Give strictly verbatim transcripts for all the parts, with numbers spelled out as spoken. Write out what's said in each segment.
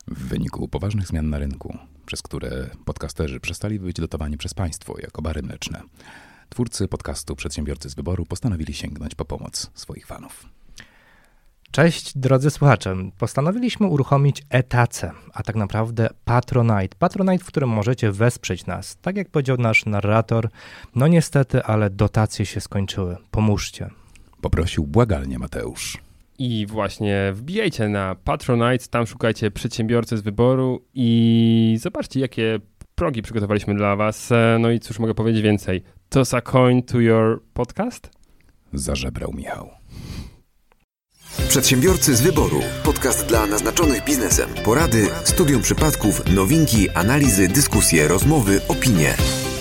W wyniku poważnych zmian na rynku, przez które podcasterzy przestali być dotowani przez państwo jako bary mleczne, twórcy podcastu Przedsiębiorcy z Wyboru postanowili sięgnąć po pomoc swoich fanów. Cześć drodzy słuchacze, postanowiliśmy uruchomić e-tacę, a tak naprawdę Patronite. Patronite, w którym możecie wesprzeć nas. Tak jak powiedział nasz narrator, no niestety, ale dotacje się skończyły. Pomóżcie. Poprosił błagalnie Mateusz. I właśnie wbijajcie na Patronite, tam szukajcie Przedsiębiorcy z Wyboru i zobaczcie, jakie progi przygotowaliśmy dla was. No i cóż mogę powiedzieć więcej. Toss a coin to your podcast? Zażebrał Michał. Przedsiębiorcy z Wyboru. Podcast dla naznaczonych biznesem. Porady, studium przypadków, nowinki, analizy, dyskusje, rozmowy, opinie.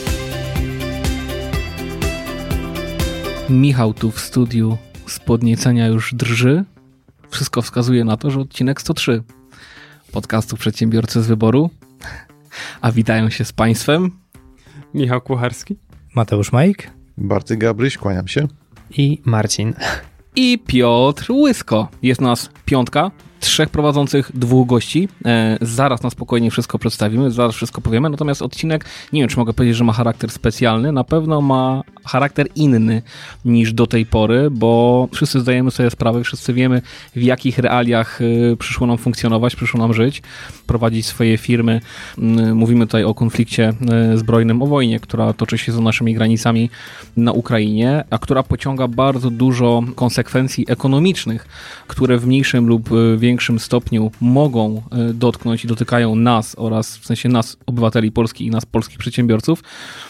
Michał tu w studiu z podniecenia już drży. Wszystko wskazuje na to, że odcinek sto trzy podcastu Przedsiębiorcy z Wyboru. A witają się z Państwem Michał Kucharski, Mateusz Majk, Bartek Gabryś, kłaniam się. I Marcin. I Piotr Łysko. Jest nas piątka, trzech prowadzących, dwóch gości. E, zaraz na spokojnie wszystko przedstawimy, zaraz wszystko powiemy. Natomiast odcinek, nie wiem, czy mogę powiedzieć, że ma charakter specjalny. Na pewno ma charakter inny niż do tej pory, bo wszyscy zdajemy sobie sprawę, wszyscy wiemy, w jakich realiach y, przyszło nam funkcjonować, przyszło nam żyć, prowadzić swoje firmy. Y, mówimy tutaj o konflikcie y, zbrojnym, o wojnie, która toczy się za naszymi granicami na Ukrainie, a która pociąga bardzo dużo konsekwencji ekonomicznych, które w mniejszym lub y, większym stopniu mogą y, dotknąć i dotykają nas oraz w sensie nas, obywateli Polski i nas, polskich przedsiębiorców.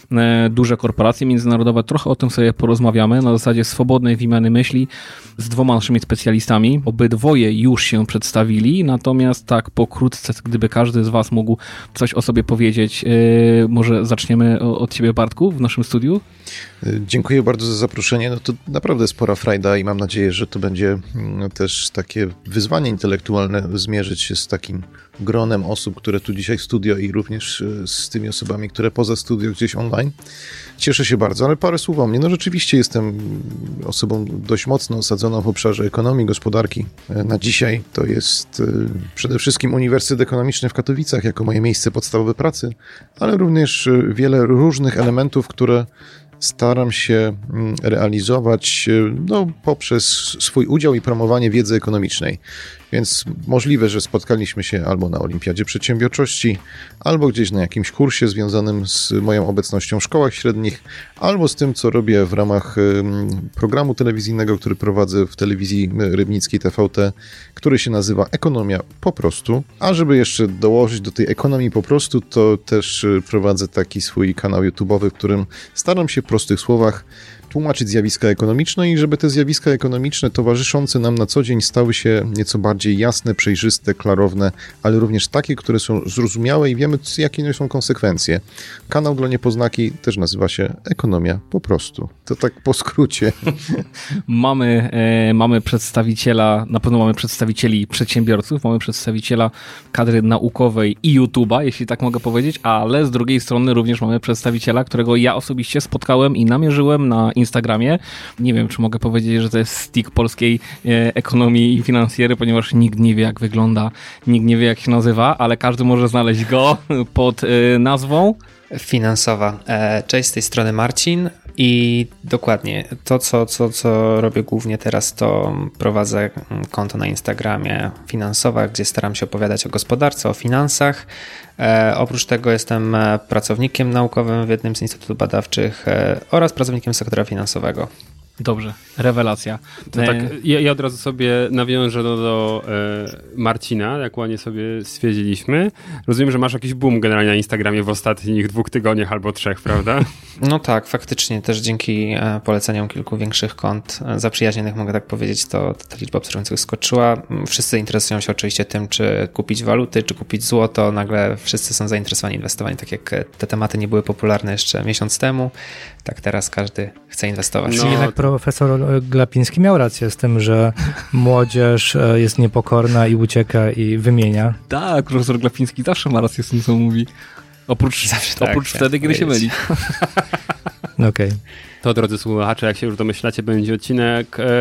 Y, duże korporacje międzynarodowe, trochę o tym sobie porozmawiamy na zasadzie swobodnej wymiany myśli z dwoma naszymi specjalistami. Obydwoje już się przedstawili, natomiast tak pokrótce, gdyby każdy z was mógł coś o sobie powiedzieć, yy, może zaczniemy od ciebie, Bartku, w naszym studiu. Dziękuję bardzo za zaproszenie. No to naprawdę spora frajda i mam nadzieję, że to będzie też takie wyzwanie intelektualne zmierzyć się z takim gronem osób, które tu dzisiaj w studio i również z tymi osobami, które poza studio gdzieś online. Cieszę się bardzo, ale parę słów o mnie. No rzeczywiście jestem osobą dość mocno osadzoną w obszarze ekonomii, gospodarki. Na dzisiaj to jest przede wszystkim Uniwersytet Ekonomiczny w Katowicach jako moje miejsce podstawowe pracy, ale również wiele różnych elementów, które staram się realizować no, poprzez swój udział i promowanie wiedzy ekonomicznej. Więc możliwe, że spotkaliśmy się albo na Olimpiadzie Przedsiębiorczości, albo gdzieś na jakimś kursie związanym z moją obecnością w szkołach średnich, albo z tym, co robię w ramach programu telewizyjnego, który prowadzę w telewizji rybnickiej T V T, który się nazywa Ekonomia po prostu. A żeby jeszcze dołożyć do tej ekonomii po prostu, to też prowadzę taki swój kanał YouTube'owy, w którym staram się w prostych słowach tłumaczyć zjawiska ekonomiczne i żeby te zjawiska ekonomiczne towarzyszące nam na co dzień stały się nieco bardziej jasne, przejrzyste, klarowne, ale również takie, które są zrozumiałe i wiemy, jakie są konsekwencje. Kanał dla niepoznaki też nazywa się Ekonomia po prostu. To tak po skrócie. Mamy, e, mamy przedstawiciela, na pewno mamy przedstawicieli przedsiębiorców, mamy przedstawiciela kadry naukowej i YouTube'a, jeśli tak mogę powiedzieć, ale z drugiej strony również mamy przedstawiciela, którego ja osobiście spotkałem i namierzyłem na Instagramie. Nie wiem, czy mogę powiedzieć, że to jest stick polskiej e, ekonomii i finansjery, ponieważ nikt nie wie, jak wygląda, nikt nie wie, jak się nazywa, ale każdy może znaleźć go pod e, nazwą Finansowa. E, cześć, z tej strony Marcin i dokładnie to, co, co, co robię głównie teraz, to prowadzę konto na Instagramie Finansowa, gdzie staram się opowiadać o gospodarce, o finansach. E, oprócz tego jestem pracownikiem naukowym w jednym z instytutów badawczych e, oraz pracownikiem sektora finansowego. Dobrze, rewelacja. To tak, ja, ja od razu sobie nawiążę do, do e, Marcina, jak ładnie sobie stwierdziliśmy. Rozumiem, że masz jakiś boom generalnie na Instagramie w ostatnich dwóch tygodniach albo trzech, prawda? No tak, faktycznie też dzięki poleceniom kilku większych kont zaprzyjaźnionych, mogę tak powiedzieć, to ta liczba obserwujących skoczyła. Wszyscy interesują się oczywiście tym, czy kupić waluty, czy kupić złoto. Nagle wszyscy są zainteresowani inwestowaniem, tak jak te tematy nie były popularne jeszcze miesiąc temu, tak teraz każdy chce inwestować. No, jednak profesor Glapiński miał rację z tym, że młodzież jest niepokorna i ucieka i wymienia. Tak, profesor Glapiński zawsze ma rację z tym, co mówi. Oprócz, tak, oprócz tak, wtedy, kiedy się myli. Okej. Okay. To, drodzy słuchacze, jak się już domyślacie, będzie odcinek e,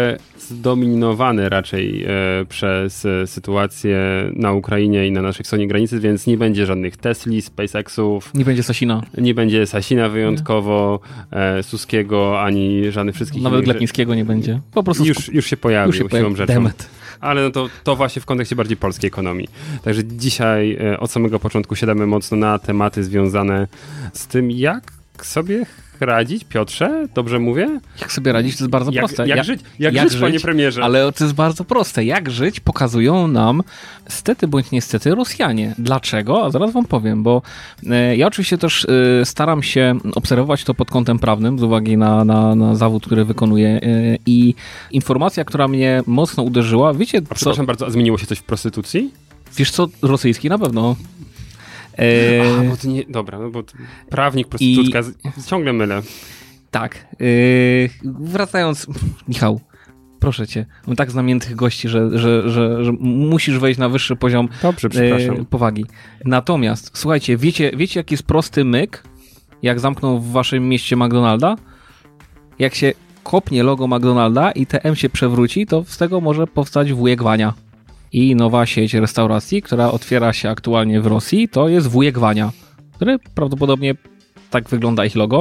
zdominowany raczej e, przez e, sytuację na Ukrainie i na naszej stronie granicy, więc nie będzie żadnych Tesli, SpaceXów. Nie będzie Sasina. Nie będzie Sasina wyjątkowo, e, Suskiego, ani żadnych wszystkich Nawet Glapińskiego nie będzie. Po prostu już, już się pojawił już się siłą pojawi. rzeczą. Demet. Ale no to, to właśnie w kontekście bardziej polskiej ekonomii. Także dzisiaj e, od samego początku siadamy mocno na tematy związane z tym, jak sobie radzić, Piotrze? Dobrze mówię? Jak sobie radzić, to jest bardzo jak, proste. Jak, ja, żyć, jak, jak żyć, żyć, panie premierze? Ale to jest bardzo proste. Jak żyć pokazują nam stety bądź niestety Rosjanie. Dlaczego? A zaraz wam powiem, bo e, ja oczywiście też e, staram się obserwować to pod kątem prawnym z uwagi na, na, na zawód, który wykonuję e, i informacja, która mnie mocno uderzyła, wiecie a przepraszam co? bardzo, a zmieniło się coś w prostytucji? Wiesz co? Rosyjski na pewno. E... A, bo to nie... Dobra, no bo to prawnik, prostytutka, I... ciągle mylę. Tak. Yy, wracając... Michał, proszę cię. Mam tak znamienitych gości, że, że, że, że musisz wejść na wyższy poziom Dobrze, przepraszam. Yy, powagi. Natomiast, słuchajcie, wiecie, wiecie jaki jest prosty myk, jak zamkną w waszym mieście McDonalda? Jak się kopnie logo McDonalda i T M się przewróci, to z tego może powstać wujek Wania. I nowa sieć restauracji, która otwiera się aktualnie w Rosji, to jest wujek Wania, który prawdopodobnie tak wygląda ich logo.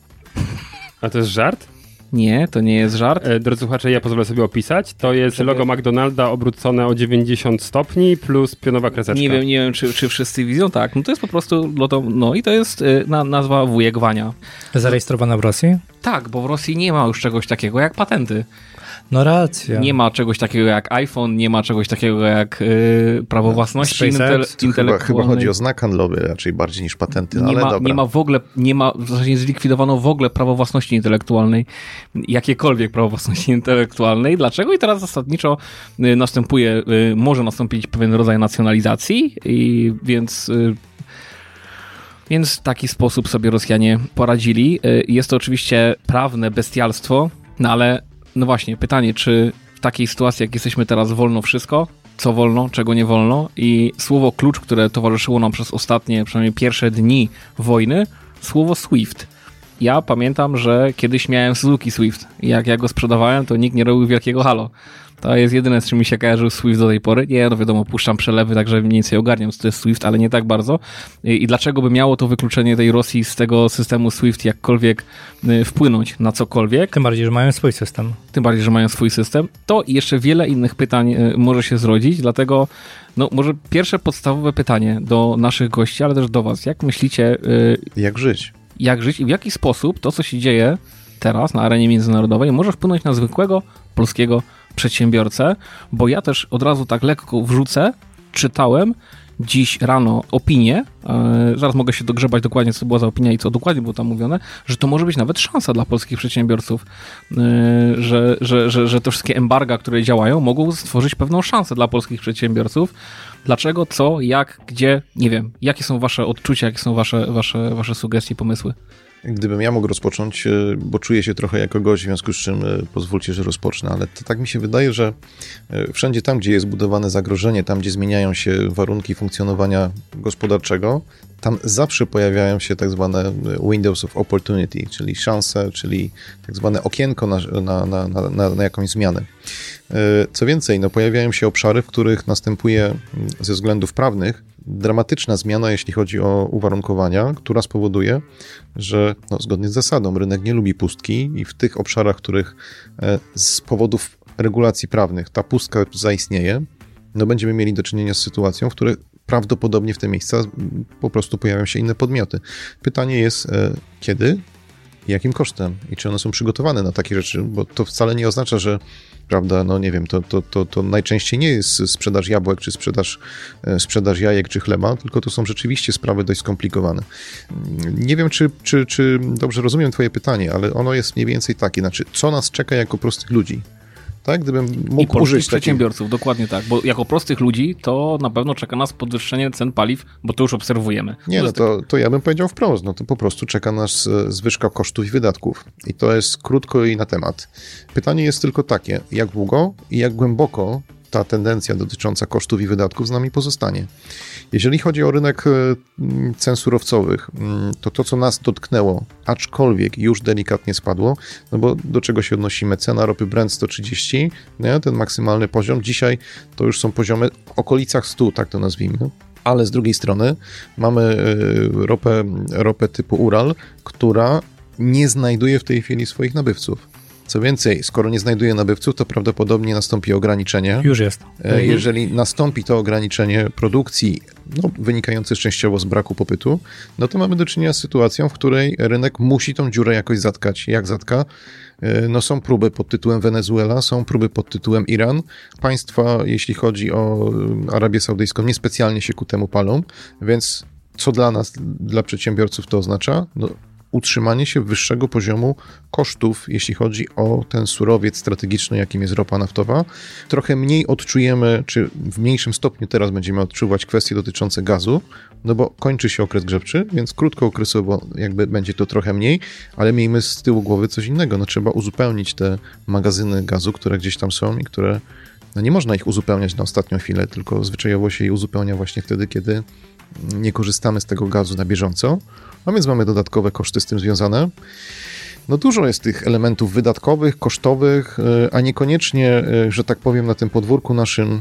A to jest żart? Nie, to nie jest żart. E, drodzy słuchacze, ja pozwolę sobie opisać. To jest Żeby... logo McDonalda obrócone o dziewięćdziesiąt stopni plus pionowa kreseczka. Nie wiem, nie wiem czy, czy wszyscy widzą. Tak, no to jest po prostu logo, no i to jest y, na, nazwa wujek Wania. Zarejestrowana w Rosji? Tak, bo w Rosji nie ma już czegoś takiego jak patenty. No racja. Nie ma czegoś takiego jak iPhone, nie ma czegoś takiego jak y, prawo własności intele- intelektualnej. Chyba, chyba chodzi o znak handlowy raczej bardziej niż patenty, nie ale ma, dobra. Nie ma w ogóle, nie ma, w zasadzie zlikwidowano w ogóle prawo własności intelektualnej, jakiekolwiek prawo własności intelektualnej. Dlaczego? I teraz zasadniczo y, następuje, y, może nastąpić pewien rodzaj nacjonalizacji, i więc... Y, Więc w taki sposób sobie Rosjanie poradzili. Jest to oczywiście prawne bestialstwo, no ale no właśnie, pytanie, czy w takiej sytuacji, jak jesteśmy teraz, wolno wszystko? Co wolno, czego nie wolno? I słowo klucz, które towarzyszyło nam przez ostatnie, przynajmniej pierwsze dni wojny, słowo SWIFT. Ja pamiętam, że kiedyś miałem Suzuki Swift i jak ja go sprzedawałem, to nikt nie robił wielkiego halo. To jest jedyne, z czym mi się kojarzył Swift do tej pory. Nie, no wiadomo, puszczam przelewy, także mniej więcej ogarniam, co to jest Swift, ale nie tak bardzo. I, i dlaczego by miało to wykluczenie tej Rosji z tego systemu Swift jakkolwiek y, wpłynąć na cokolwiek? Tym bardziej, że mają swój system. Tym bardziej, że mają swój system. To i jeszcze wiele innych pytań y, może się zrodzić, dlatego no może pierwsze podstawowe pytanie do naszych gości, ale też do was. Jak myślicie... Y, jak żyć? Jak żyć i w jaki sposób to, co się dzieje teraz na arenie międzynarodowej, może wpłynąć na zwykłego polskiego przedsiębiorcę, bo ja też od razu tak lekko wrzucę, czytałem dziś rano opinię, yy, zaraz mogę się dogrzebać dokładnie, co była za opinia i co dokładnie było tam mówione, że to może być nawet szansa dla polskich przedsiębiorców, yy, że, że, że, że te wszystkie embarga, które działają, mogą stworzyć pewną szansę dla polskich przedsiębiorców. Dlaczego, co, jak, gdzie, nie wiem. Jakie są wasze odczucia, jakie są wasze, wasze, wasze sugestie, pomysły? Gdybym ja mógł rozpocząć, bo czuję się trochę jako gość, w związku z czym pozwólcie, że rozpocznę, ale to tak mi się wydaje, że wszędzie tam, gdzie jest budowane zagrożenie, tam, gdzie zmieniają się warunki funkcjonowania gospodarczego, tam zawsze pojawiają się tak zwane windows of opportunity, czyli szanse, czyli tak zwane okienko na, na, na, na, na jakąś zmianę. Co więcej, no, pojawiają się obszary, w których następuje ze względów prawnych dramatyczna zmiana, jeśli chodzi o uwarunkowania, która spowoduje, że no, zgodnie z zasadą rynek nie lubi pustki i w tych obszarach, w których z powodów regulacji prawnych ta pustka zaistnieje, no będziemy mieli do czynienia z sytuacją, w której prawdopodobnie w te miejsca po prostu pojawią się inne podmioty. Pytanie jest, kiedy i jakim kosztem i czy one są przygotowane na takie rzeczy, bo to wcale nie oznacza, że prawda, no nie wiem, to, to, to, to najczęściej nie jest sprzedaż jabłek, czy sprzedaż, sprzedaż jajek, czy chleba, tylko to są rzeczywiście sprawy dość skomplikowane. Nie wiem, czy, czy, czy dobrze rozumiem twoje pytanie, ale ono jest mniej więcej takie, znaczy, co nas czeka jako prostych ludzi? Tak, gdybym mógł I użyć przedsiębiorców, takim... dokładnie tak, bo jako prostych ludzi to na pewno czeka nas podwyższenie cen paliw, bo to już obserwujemy. Nie, to no to, to ja bym powiedział wprost, no to po prostu czeka nas zwyżka kosztów i wydatków i to jest krótko i na temat. Pytanie jest tylko takie, jak długo i jak głęboko ta tendencja dotycząca kosztów i wydatków z nami pozostanie. Jeżeli chodzi o rynek cen surowcowych, to to, co nas dotknęło, aczkolwiek już delikatnie spadło, no bo do czego się odnosimy? Cena ropy Brent sto trzydzieści, nie? Ten maksymalny poziom, dzisiaj to już są poziomy w okolicach stu, tak to nazwijmy. Ale z drugiej strony mamy ropę, ropę typu Ural, która nie znajduje w tej chwili swoich nabywców. Co więcej, skoro nie znajduje nabywców, to prawdopodobnie nastąpi ograniczenie. Już jest. Jeżeli mhm. nastąpi to ograniczenie produkcji, no, wynikające częściowo z braku popytu, no to mamy do czynienia z sytuacją, w której rynek musi tą dziurę jakoś zatkać. Jak zatka? No są próby pod tytułem Wenezuela, są próby pod tytułem Iran. Państwa, jeśli chodzi o Arabię Saudyjską, niespecjalnie się ku temu palą, więc co dla nas, dla przedsiębiorców to oznacza? No, utrzymanie się wyższego poziomu kosztów, jeśli chodzi o ten surowiec strategiczny, jakim jest ropa naftowa. Trochę mniej odczujemy, czy w mniejszym stopniu teraz będziemy odczuwać kwestie dotyczące gazu, no bo kończy się okres grzewczy, więc krótkookresowo jakby będzie to trochę mniej, ale miejmy z tyłu głowy coś innego. No trzeba uzupełnić te magazyny gazu, które gdzieś tam są i które, no nie można ich uzupełniać na ostatnią chwilę, tylko zwyczajowo się je uzupełnia właśnie wtedy, kiedy nie korzystamy z tego gazu na bieżąco, a więc mamy dodatkowe koszty z tym związane. No dużo jest tych elementów wydatkowych, kosztowych, a niekoniecznie, że tak powiem, na tym podwórku naszym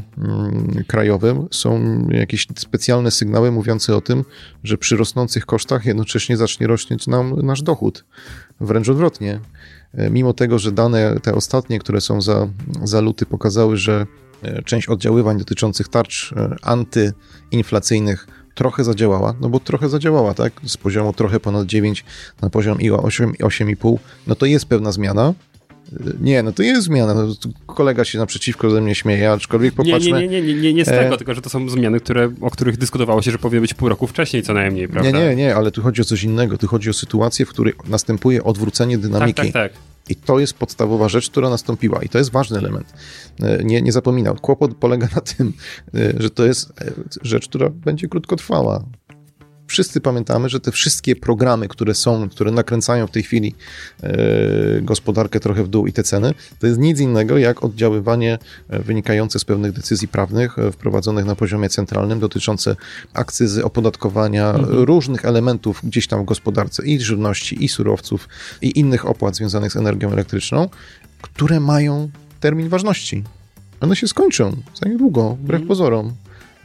krajowym są jakieś specjalne sygnały mówiące o tym, że przy rosnących kosztach jednocześnie zacznie rośnąć nam nasz dochód. Wręcz odwrotnie. Mimo tego, że dane te ostatnie, które są za, za luty, pokazały, że część oddziaływań dotyczących tarcz antyinflacyjnych trochę zadziałała, no bo trochę zadziałała, tak? Z poziomu trochę ponad dziewięć na poziom I O osiem, osiem i pół, no to jest pewna zmiana. Nie, no to jest zmiana. No, kolega się naprzeciwko ze mnie śmieje, aczkolwiek popatrzmy... Nie, nie, nie, nie, nie, nie z tego, e... tylko że to są zmiany, które, o których dyskutowało się, że powinny być pół roku wcześniej co najmniej, prawda? Nie, nie, nie, ale tu chodzi o coś innego. Tu chodzi o sytuację, w której następuje odwrócenie dynamiki. Tak, tak, tak. I to jest podstawowa rzecz, która nastąpiła. I to jest ważny element. Nie, nie zapominał. Kłopot polega na tym, że to jest rzecz, która będzie krótkotrwała. Wszyscy pamiętamy, że te wszystkie programy, które są, które nakręcają w tej chwili e, gospodarkę trochę w dół i te ceny, to jest nic innego jak oddziaływanie wynikające z pewnych decyzji prawnych wprowadzonych na poziomie centralnym dotyczące akcyzy, opodatkowania, mhm. różnych elementów gdzieś tam w gospodarce i żywności, i surowców, i innych opłat związanych z energią elektryczną, które mają termin ważności. One się skończą za niedługo, wbrew mhm. pozorom.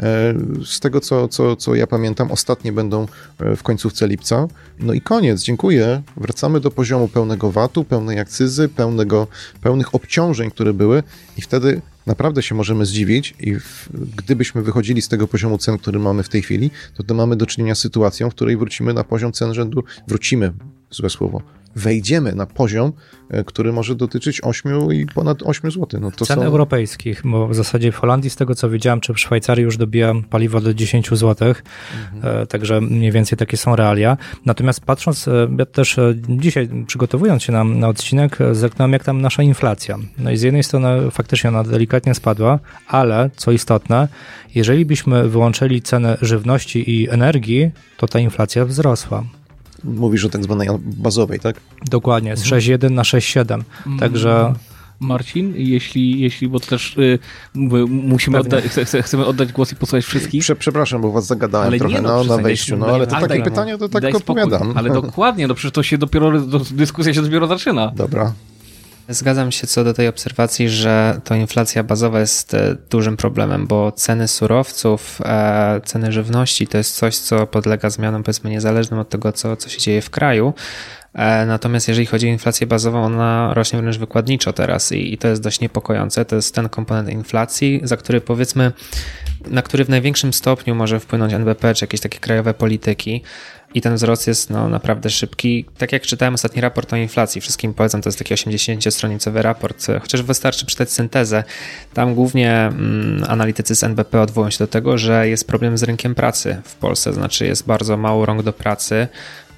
Z tego, co, co, co ja pamiętam, ostatnie będą w końcówce lipca. No i koniec, dziękuję. Wracamy do poziomu pełnego vatu, pełnej akcyzy, pełnego, pełnych obciążeń, które były i wtedy naprawdę się możemy zdziwić i w, gdybyśmy wychodzili z tego poziomu cen, który mamy w tej chwili, to, to mamy do czynienia z sytuacją, w której wrócimy na poziom cen rzędu, wrócimy, złe słowo, wejdziemy na poziom, który może dotyczyć ośmiu i ponad ośmiu złotych. No to cen są... europejskich, bo w zasadzie w Holandii, z tego co widziałem, czy w Szwajcarii już dobija paliwo do dziesięć złotych, mhm. także mniej więcej takie są realia. Natomiast patrząc, ja też dzisiaj przygotowując się na, na odcinek, zerknąłem jak tam nasza inflacja. No i z jednej strony faktycznie ona delikatnie spadła, ale co istotne, jeżeli byśmy wyłączyli cenę żywności i energii, to ta inflacja wzrosła. Mówisz o tak zwanej bazowej, tak? Dokładnie, z sześć jeden na sześć siedem. Także... Marcin, jeśli, jeśli bo to też y, musimy oddać, ch- chcemy oddać głos i posłuchać wszystkich. Prze, przepraszam, bo was zagadałem ale trochę nie, no, no, na wejściu, no ale to takie daj, pytanie, to tak odpowiadam. Ale dokładnie, no przecież to się dopiero, dyskusja się dopiero zaczyna. Dobra. Zgadzam się co do tej obserwacji, że to inflacja bazowa jest dużym problemem, bo ceny surowców, ceny żywności to jest coś, co podlega zmianom, powiedzmy, niezależnym od tego, co, co się dzieje w kraju. Natomiast jeżeli chodzi o inflację bazową, ona rośnie wręcz wykładniczo teraz i, i to jest dość niepokojące. To jest ten komponent inflacji, za który powiedzmy, na który w największym stopniu może wpłynąć N B P czy jakieś takie krajowe polityki. I ten wzrost jest no, naprawdę szybki. Tak jak czytałem ostatni raport o inflacji, wszystkim polecam, to jest taki osiemdziesięciostronicowy raport, chociaż wystarczy czytać syntezę. Tam głównie mm, analitycy z N B P odwołują się do tego, że jest problem z rynkiem pracy w Polsce, to znaczy jest bardzo mało rąk do pracy.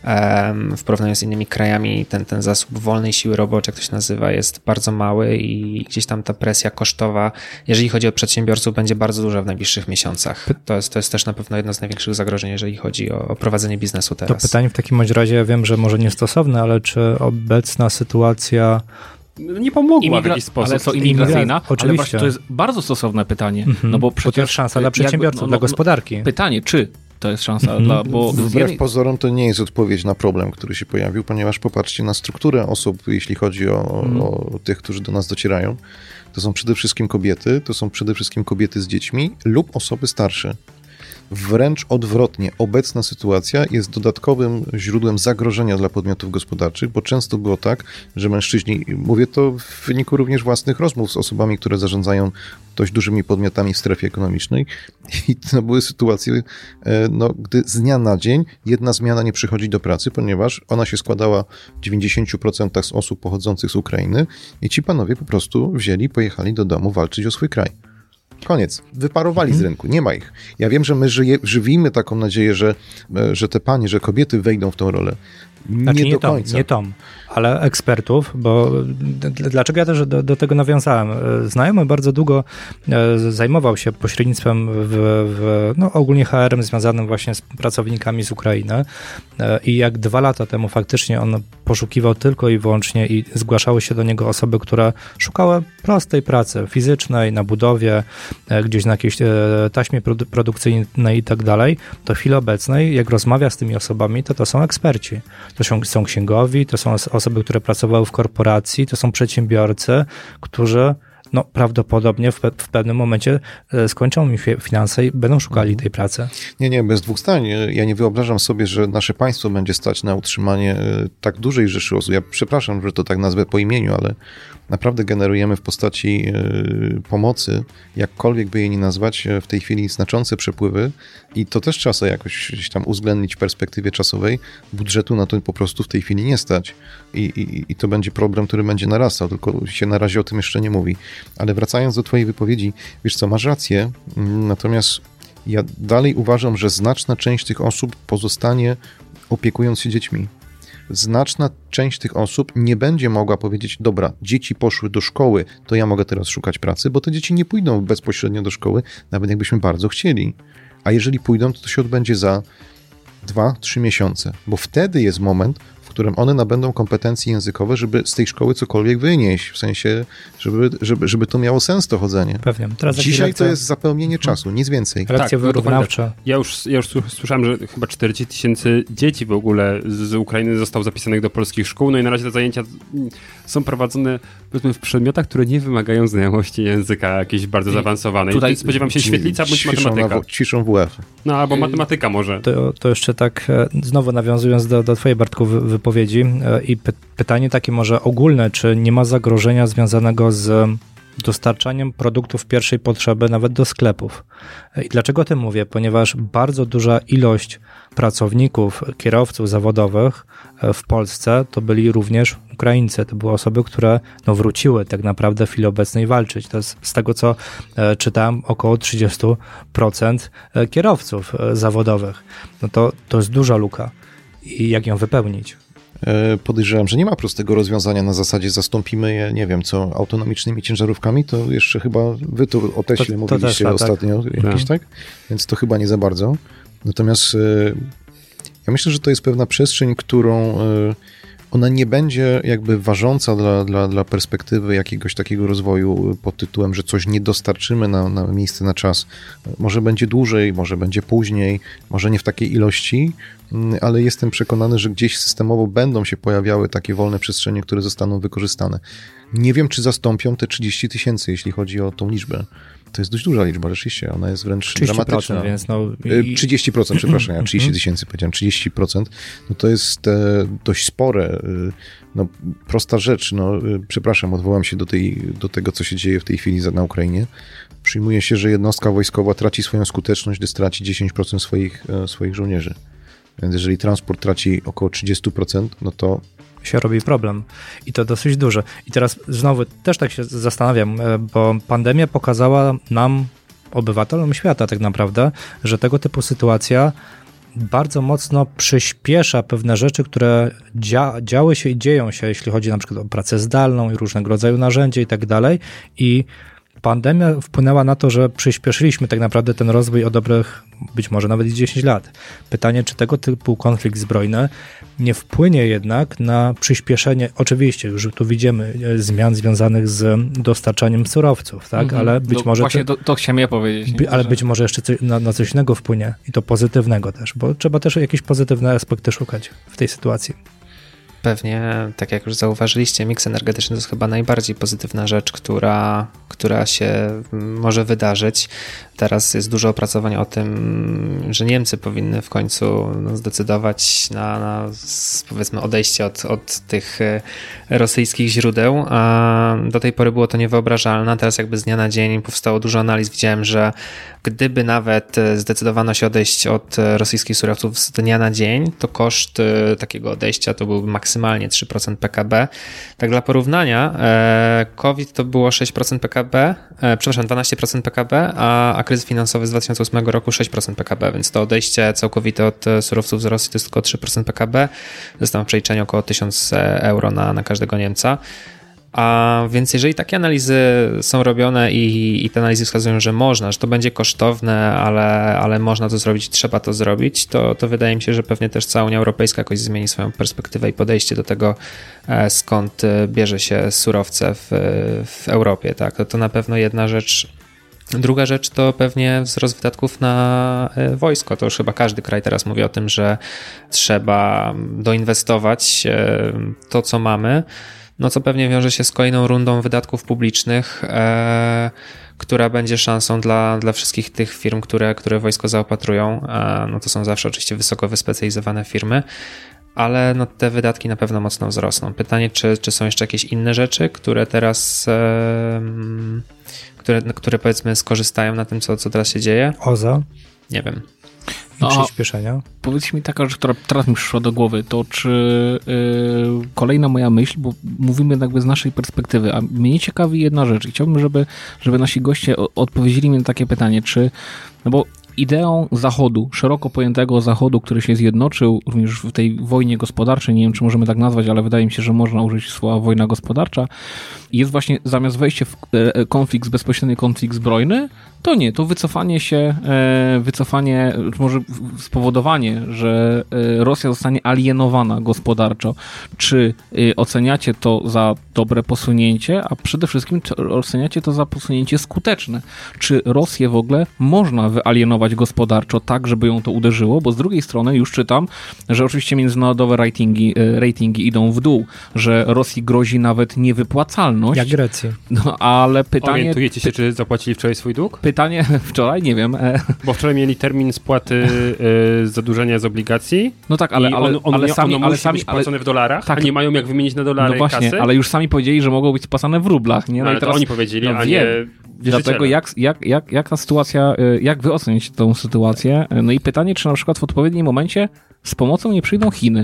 W porównaniu z innymi krajami ten, ten zasób wolnej siły roboczej, jak to się nazywa, jest bardzo mały i gdzieś tam ta presja kosztowa, jeżeli chodzi o przedsiębiorców, będzie bardzo duża w najbliższych miesiącach. To jest, to jest też na pewno jedno z największych zagrożeń, jeżeli chodzi o, o prowadzenie biznesu teraz. To pytanie w takim razie, ja wiem, że może niestosowne, ale czy obecna sytuacja nie pomogła Imigra- w jakiś sposób. Ale co, imigracyjna? Oczywiście. Ale właśnie to jest bardzo stosowne pytanie. Mhm. No bo Bo przecież... to jest szansa dla przedsiębiorców, jak- no, dla no, gospodarki. Pytanie, czy to jest szansa Mhm. dla... Bo Wbrew pozorom to nie jest odpowiedź na problem, który się pojawił, ponieważ popatrzcie na strukturę osób, jeśli chodzi o, Mhm. o tych, którzy do nas docierają. To są przede wszystkim kobiety, to są przede wszystkim kobiety z dziećmi lub osoby starsze. Wręcz odwrotnie, obecna sytuacja jest dodatkowym źródłem zagrożenia dla podmiotów gospodarczych, bo często było tak, że mężczyźni, mówię to w wyniku również własnych rozmów z osobami, które zarządzają dość dużymi podmiotami w strefie ekonomicznej i to były sytuacje, no, gdy z dnia na dzień jedna zmiana nie przychodzi do pracy, ponieważ ona się składała w dziewięćdziesięciu procentach z osób pochodzących z Ukrainy i ci panowie po prostu wzięli, pojechali do domu walczyć o swój kraj. Koniec. Wyparowali z rynku. Nie ma ich. Ja wiem, że my żyje, żywimy taką nadzieję, że, że te panie, że kobiety wejdą w tą rolę. Nie Znaczy, nie do tom, końca. nie tom, ale ekspertów, bo d- dlaczego ja też do, do tego nawiązałem? Znajomy bardzo długo e, zajmował się pośrednictwem w, w no ogólnie H R-em związanym właśnie z pracownikami z Ukrainy e, i jak dwa lata temu faktycznie on poszukiwał tylko i wyłącznie i zgłaszały się do niego osoby, które szukały prostej pracy fizycznej, na budowie, e, gdzieś na jakiejś e, taśmie produ- produkcyjnej i tak dalej, to w chwili obecnej, jak rozmawia z tymi osobami, to to są eksperci. To są, są księgowi, to są osoby, które pracowały w korporacji, to są przedsiębiorcy, którzy no, prawdopodobnie w, pe- w pewnym momencie skończą mi finanse i będą szukali tej pracy. Nie, nie, bez dwóch zdań. Ja nie wyobrażam sobie, że nasze państwo będzie stać na utrzymanie tak dużej rzeszy osób. Ja przepraszam, że to tak nazwę po imieniu, ale naprawdę generujemy w postaci pomocy, jakkolwiek by jej nie nazwać, w tej chwili znaczące przepływy i to też trzeba sobie jakoś gdzieś tam uwzględnić w perspektywie czasowej. Budżetu na to po prostu w tej chwili nie stać i, i, i to będzie problem, który będzie narastał, tylko się na razie o tym jeszcze nie mówi. Ale wracając do twojej wypowiedzi, wiesz co, masz rację, natomiast ja dalej uważam, że znaczna część tych osób pozostanie opiekując się dziećmi. Znaczna część tych osób nie będzie mogła powiedzieć, dobra, dzieci poszły do szkoły, to ja mogę teraz szukać pracy, bo te dzieci nie pójdą bezpośrednio do szkoły, nawet jakbyśmy bardzo chcieli. A jeżeli pójdą, to to się odbędzie za dwa, trzy miesiące, bo wtedy jest moment, w którym one nabędą kompetencji językowe, żeby z tej szkoły cokolwiek wynieść, w sensie, żeby, żeby, żeby to miało sens to chodzenie. Pewnie. Teraz Dzisiaj lekcja, to jest zapełnienie czasu, nic więcej. lekcje Tak, no to wyrównawcze. Ja już, ja już słyszałem, że chyba czterdzieści tysięcy dzieci w ogóle z Ukrainy zostało zapisanych do polskich szkół, no i na razie te zajęcia są prowadzone powiedzmy w przedmiotach, które nie wymagają znajomości języka jakiejś bardzo zaawansowanej. Tutaj spodziewam się świetlica bądź matematyka. Na, ćwiczą W F. No albo matematyka może. To, to jeszcze tak, znowu nawiązując do, do twojej, Bartku, wy, wypowiedzi i py, pytanie takie może ogólne, czy nie ma zagrożenia związanego z dostarczaniem produktów pierwszej potrzeby nawet do sklepów. I dlaczego o tym mówię? Ponieważ bardzo duża ilość pracowników, kierowców zawodowych w Polsce to byli również Ukraińcy. To były osoby, które no, wróciły tak naprawdę w chwili obecnej walczyć. To jest z tego, co e, czytałem, około trzydzieści procent kierowców e, zawodowych. No to, to jest duża luka. I jak ją wypełnić? Podejrzewam, że nie ma prostego rozwiązania na zasadzie zastąpimy je, nie wiem co, autonomicznymi ciężarówkami, to jeszcze chyba wy tu o Teśle to, to mówiliście Tesla, ostatnio, tak. jakieś, tak? Więc to chyba nie za bardzo. Natomiast ja myślę, że to jest pewna przestrzeń, którą ona nie będzie jakby ważąca dla, dla, dla perspektywy jakiegoś takiego rozwoju pod tytułem, że coś nie dostarczymy na, na miejsce, na czas. Może będzie dłużej, może będzie później, może nie w takiej ilości, ale jestem przekonany, że gdzieś systemowo będą się pojawiały takie wolne przestrzenie, które zostaną wykorzystane. Nie wiem, czy zastąpią te trzydzieści tysięcy, jeśli chodzi o tą liczbę. To jest dość duża liczba, rzeczywiście. Ona jest wręcz dramatyczna. Więc no i... trzydzieści procent, przepraszam, ja trzydzieści tysięcy powiedziałem, trzydzieści procent, no to jest e, dość spore. No, prosta rzecz, no, przepraszam, odwołam się do, tej, do tego, co się dzieje w tej chwili na Ukrainie. Przyjmuje się, że jednostka wojskowa traci swoją skuteczność, gdy straci dziesięć procent swoich, swoich żołnierzy. Więc jeżeli transport traci około trzydzieści procent, no to się robi problem. I to dosyć duży. I teraz znowu też tak się zastanawiam, bo pandemia pokazała nam, obywatelom świata tak naprawdę, że tego typu sytuacja bardzo mocno przyspiesza pewne rzeczy, które dzia- działy się i dzieją się, jeśli chodzi na przykład o pracę zdalną i różnego rodzaju narzędzia i tak dalej. I Pandemia wpłynęła na to, że przyspieszyliśmy tak naprawdę ten rozwój o dobrych, być może nawet dziesięć lat. Pytanie, czy tego typu konflikt zbrojny nie wpłynie jednak na przyspieszenie, oczywiście już tu widzimy zmian związanych z dostarczaniem surowców, tak, mm-hmm. ale być no, może... Właśnie to, to chciałem ja powiedzieć. By, ale być może jeszcze coś, na, na coś innego wpłynie i to pozytywnego też, bo trzeba też jakieś pozytywne aspekty szukać w tej sytuacji. Pewnie, tak jak już zauważyliście, miks energetyczny to jest chyba najbardziej pozytywna rzecz, która, która się może wydarzyć. Teraz jest dużo opracowań o tym, że Niemcy powinny w końcu no, zdecydować na, na powiedzmy odejście od, od tych rosyjskich źródeł. A do tej pory było to niewyobrażalne. Teraz jakby z dnia na dzień powstało dużo analiz. Widziałem, że gdyby nawet zdecydowano się odejść od rosyjskich surowców z dnia na dzień, to koszt takiego odejścia to byłby maksymalnie trzy procent P K B. Tak dla porównania, COVID to było sześć procent P K B, przepraszam, dwanaście procent P K B, a, a kryzys finansowy z dwa tysiące ósmego roku sześć procent P K B, więc to odejście całkowite od surowców z Rosji to jest tylko trzy procent P K B. Zostało w przeliczeniu około tysiąc euro na, na każdego Niemca. A więc jeżeli takie analizy są robione i, i te analizy wskazują, że można, że to będzie kosztowne, ale, ale można to zrobić, trzeba to zrobić, to, to wydaje mi się, że pewnie też cała Unia Europejska jakoś zmieni swoją perspektywę i podejście do tego, skąd bierze się surowce w, w Europie. Tak? To, to na pewno jedna rzecz. Druga rzecz to pewnie wzrost wydatków na wojsko. To już chyba każdy kraj teraz mówi o tym, że trzeba doinwestować to, co mamy. No co pewnie wiąże się z kolejną rundą wydatków publicznych, e, która będzie szansą dla, dla wszystkich tych firm, które, które wojsko zaopatrują. E, no to są zawsze oczywiście wysoko wyspecjalizowane firmy, ale no te wydatki na pewno mocno wzrosną. Pytanie, czy, czy są jeszcze jakieś inne rzeczy, które teraz, e, które, które powiedzmy skorzystają na tym, co, co teraz się dzieje? O Z A? Nie wiem. I przyspieszenia. Powiedz mi taka rzecz, która teraz mi przyszła do głowy, to czy yy, kolejna moja myśl, bo mówimy jakby z naszej perspektywy, a mnie ciekawi jedna rzecz i chciałbym, żeby, żeby nasi goście odpowiedzieli mi na takie pytanie, czy, no bo ideą Zachodu, szeroko pojętego Zachodu, który się zjednoczył również w tej wojnie gospodarczej, nie wiem, czy możemy tak nazwać, ale wydaje mi się, że można użyć słowa wojna gospodarcza, jest właśnie zamiast wejście w konflikt, bezpośredni konflikt zbrojny, to nie, to wycofanie się, wycofanie, może spowodowanie, że Rosja zostanie alienowana gospodarczo. Czy oceniacie to za dobre posunięcie, a przede wszystkim czy oceniacie to za posunięcie skuteczne? Czy Rosję w ogóle można wyalienować gospodarczo tak, żeby ją to uderzyło? Bo z drugiej strony już czytam, że oczywiście międzynarodowe ratingi, ratingi idą w dół, że Rosji grozi nawet niewypłacalność. Jak Grecji. No, ale pytanie... Orientujecie się, czy zapłacili wczoraj swój dług? Pytanie wczoraj, nie wiem. Bo wczoraj mieli termin spłaty y, zadłużenia z obligacji. No tak, ale, ale, on, on, ale sami... ono ale musi sami, być płacone ale, w dolarach, tak, a nie mają jak wymienić na dolary no właśnie, kasy. ale już sami powiedzieli, że mogą być spłacane w rublach. Nie? No, ale i teraz, to oni powiedzieli, no, a wiem. nie wierzyciele. Dlatego jak, jak, jak, jak ta sytuacja, jak wy ocenicie tą sytuację? No i pytanie, czy na przykład w odpowiednim momencie z pomocą nie przyjdą Chiny?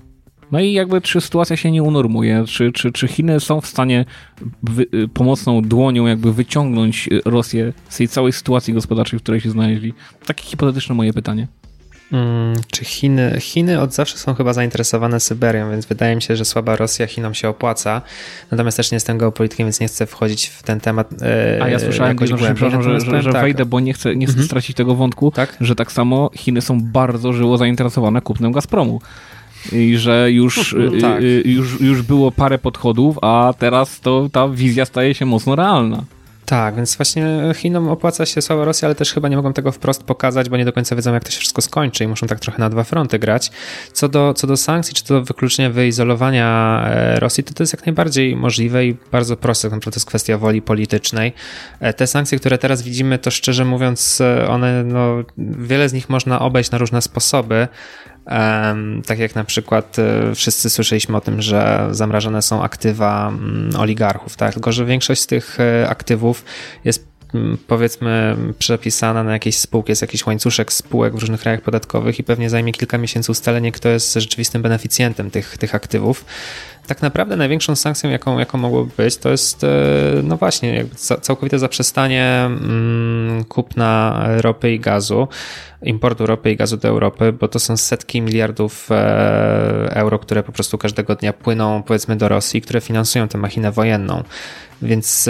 No i jakby czy sytuacja się nie unormuje, czy, czy, czy Chiny są w stanie wy, pomocną dłonią jakby wyciągnąć Rosję z tej całej sytuacji gospodarczej, w której się znaleźli? Takie hipotetyczne moje pytanie. Hmm, czy Chiny, Chiny od zawsze są chyba zainteresowane Syberią, więc wydaje mi się, że słaba Rosja Chinom się opłaca. Natomiast też nie jestem geopolitykiem, więc nie chcę wchodzić w ten temat. E, A ja słyszałem, jakoś głębiej. przepraszam, że, że, że tak. wejdę, bo nie chcę, nie chcę mhm. stracić tego wątku, tak? że tak samo Chiny są bardzo żywo zainteresowane kupnem Gazpromu. I że już, no, tak. y, już, już było parę podchodów, a teraz to ta wizja staje się mocno realna. Tak, więc właśnie Chinom opłaca się słaba Rosja, ale też chyba nie mogą tego wprost pokazać, bo nie do końca wiedzą, jak to się wszystko skończy i muszą tak trochę na dwa fronty grać. Co do, co do sankcji, czy to do wykluczenia, wyizolowania Rosji, to to jest jak najbardziej możliwe i bardzo proste, tak naprawdę to jest kwestia woli politycznej. Te sankcje, które teraz widzimy, to szczerze mówiąc, one, no, wiele z nich można obejść na różne sposoby. Um, tak jak na przykład y, wszyscy słyszeliśmy o tym, że zamrażane są aktywa y, oligarchów, tak? Tylko że większość z tych y, aktywów jest y, powiedzmy przepisana na jakieś spółki, jest jakiś łańcuszek spółek w różnych krajach podatkowych i pewnie zajmie kilka miesięcy ustalenie, kto jest rzeczywistym beneficjentem tych, tych aktywów. tak naprawdę największą sankcją, jaką, jaką mogłoby być, to jest no właśnie jakby całkowite zaprzestanie mm, kupna ropy i gazu, importu ropy i gazu do Europy, bo to są setki miliardów euro, które po prostu każdego dnia płyną powiedzmy do Rosji, które finansują tę machinę wojenną. Więc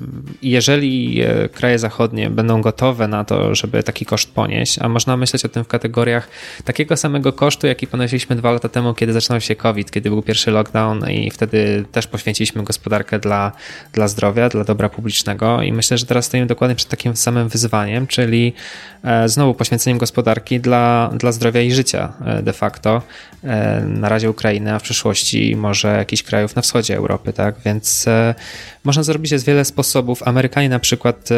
jeżeli kraje zachodnie będą gotowe na to, żeby taki koszt ponieść, a można myśleć o tym w kategoriach takiego samego kosztu, jaki ponosiliśmy dwa lata temu, kiedy zaczynał się COVID, kiedy był pierwszy lockdown i wtedy też poświęciliśmy gospodarkę dla, dla zdrowia, dla dobra publicznego i myślę, że teraz stoimy dokładnie przed takim samym wyzwaniem, czyli znowu poświęceniem gospodarki dla, dla zdrowia i życia de facto. Na razie Ukrainy, a w przyszłości może jakichś krajów na wschodzie Europy, tak? Więc można zrobić je z wiele sposobów. Amerykanie na przykład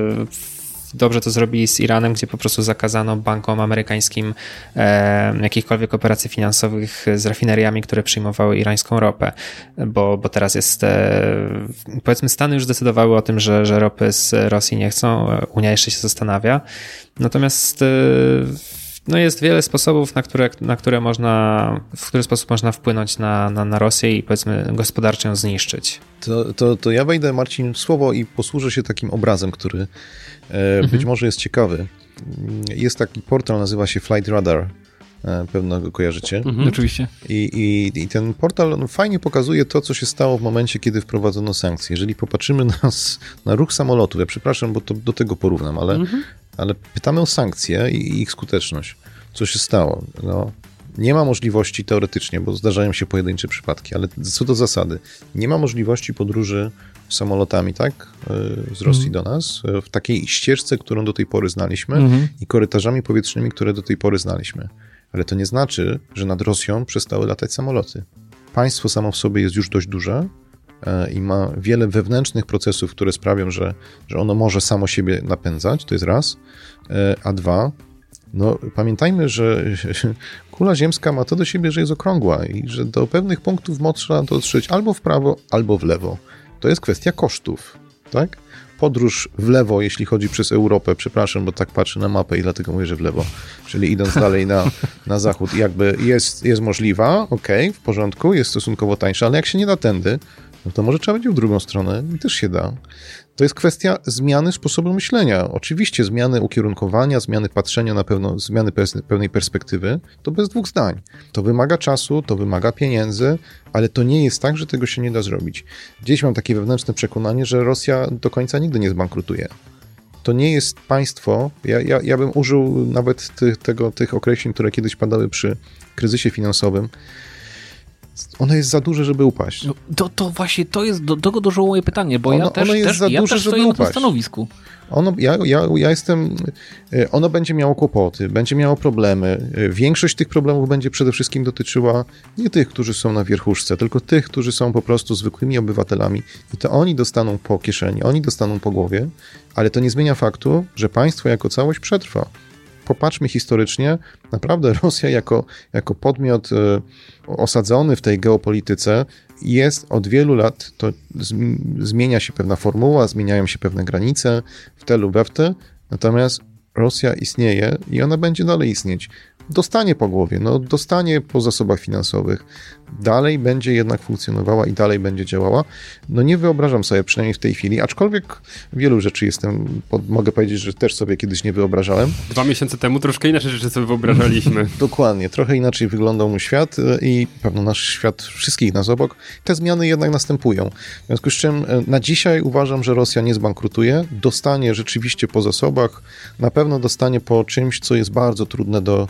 dobrze to zrobili z Iranem, gdzie po prostu zakazano bankom amerykańskim e, jakichkolwiek operacji finansowych z rafineriami, które przyjmowały irańską ropę, bo, bo teraz jest, e, powiedzmy Stany już zdecydowały o tym, że, że ropy z Rosji nie chcą, Unia jeszcze się zastanawia, natomiast e, no jest wiele sposobów, na które, na które można, w który sposób można wpłynąć na, na, na Rosję i powiedzmy gospodarczo ją zniszczyć. To, to, to ja wejdę, Marcin, w słowo i posłużę się takim obrazem, który e, mhm. być może jest ciekawy. Jest taki portal, nazywa się Flight Radar. E, pewno go kojarzycie. Mhm. Oczywiście. I, i, I ten portal no, fajnie pokazuje to, co się stało w momencie, kiedy wprowadzono sankcje. Jeżeli popatrzymy na, na ruch samolotu, ja przepraszam, bo to do tego porównam, ale, mhm. ale pytamy o sankcje i ich skuteczność. Co się stało? No, nie ma możliwości teoretycznie, bo zdarzają się pojedyncze przypadki, ale co do zasady, nie ma możliwości podróży samolotami, tak, z Rosji mm. do nas, w takiej ścieżce, którą do tej pory znaliśmy mm-hmm. i korytarzami powietrznymi, które do tej pory znaliśmy. Ale to nie znaczy, że nad Rosją przestały latać samoloty. Państwo samo w sobie jest już dość duże i ma wiele wewnętrznych procesów, które sprawią, że, że ono może samo siebie napędzać, to jest raz, a dwa, no pamiętajmy, że kula ziemska ma to do siebie, że jest okrągła i że do pewnych punktów można dotrzeć albo w prawo, albo w lewo. To jest kwestia kosztów, tak? Podróż w lewo, jeśli chodzi przez Europę, przepraszam, bo tak patrzę na mapę i dlatego mówię, że w lewo, czyli idąc dalej na, na zachód, jakby jest, jest możliwa, okej, okay, w porządku, jest stosunkowo tańsza, ale jak się nie da tędy, no to może trzeba będzie w drugą stronę i też się da. To jest kwestia zmiany sposobu myślenia. Oczywiście zmiany ukierunkowania, zmiany patrzenia na pewno, zmiany pewnej perspektywy, to bez dwóch zdań. To wymaga czasu, to wymaga pieniędzy, ale to nie jest tak, że tego się nie da zrobić. Gdzieś mam takie wewnętrzne przekonanie, że Rosja do końca nigdy nie zbankrutuje. To nie jest państwo, ja, ja, ja bym użył nawet tych, tego, tych określeń, które kiedyś padały przy kryzysie finansowym. Ono jest za duże, żeby upaść. To, to właśnie, to jest, do tego doszło moje pytanie, bo ono, ja też, ono jest też, za ja duże, też żeby stoję upaść. na tym stanowisku. Ono, ja, ja, ja jestem, ono będzie miało kłopoty, będzie miało problemy. Większość tych problemów będzie przede wszystkim dotyczyła nie tych, którzy są na wierchuszce, tylko tych, którzy są po prostu zwykłymi obywatelami i to oni dostaną po kieszeni, oni dostaną po głowie, ale to nie zmienia faktu, że państwo jako całość przetrwa. Popatrzmy historycznie, naprawdę Rosja jako, jako podmiot y, osadzony w tej geopolityce jest od wielu lat, to z, zmienia się pewna formuła, zmieniają się pewne granice w te lub we w te, natomiast Rosja istnieje i ona będzie dalej istnieć. Dostanie po głowie, no dostanie po zasobach finansowych, dalej będzie jednak funkcjonowała i dalej będzie działała. No nie wyobrażam sobie przynajmniej w tej chwili, aczkolwiek wielu rzeczy jestem, mogę powiedzieć, że też sobie kiedyś nie wyobrażałem. Dwa miesiące temu troszkę inaczej rzeczy sobie wyobrażaliśmy. Dokładnie, trochę inaczej wyglądał mój świat i pewno nasz świat, wszystkich nas obok. Te zmiany jednak następują. W związku z czym na dzisiaj uważam, że Rosja nie zbankrutuje, dostanie rzeczywiście po zasobach, na pewno dostanie po czymś, co jest bardzo trudne do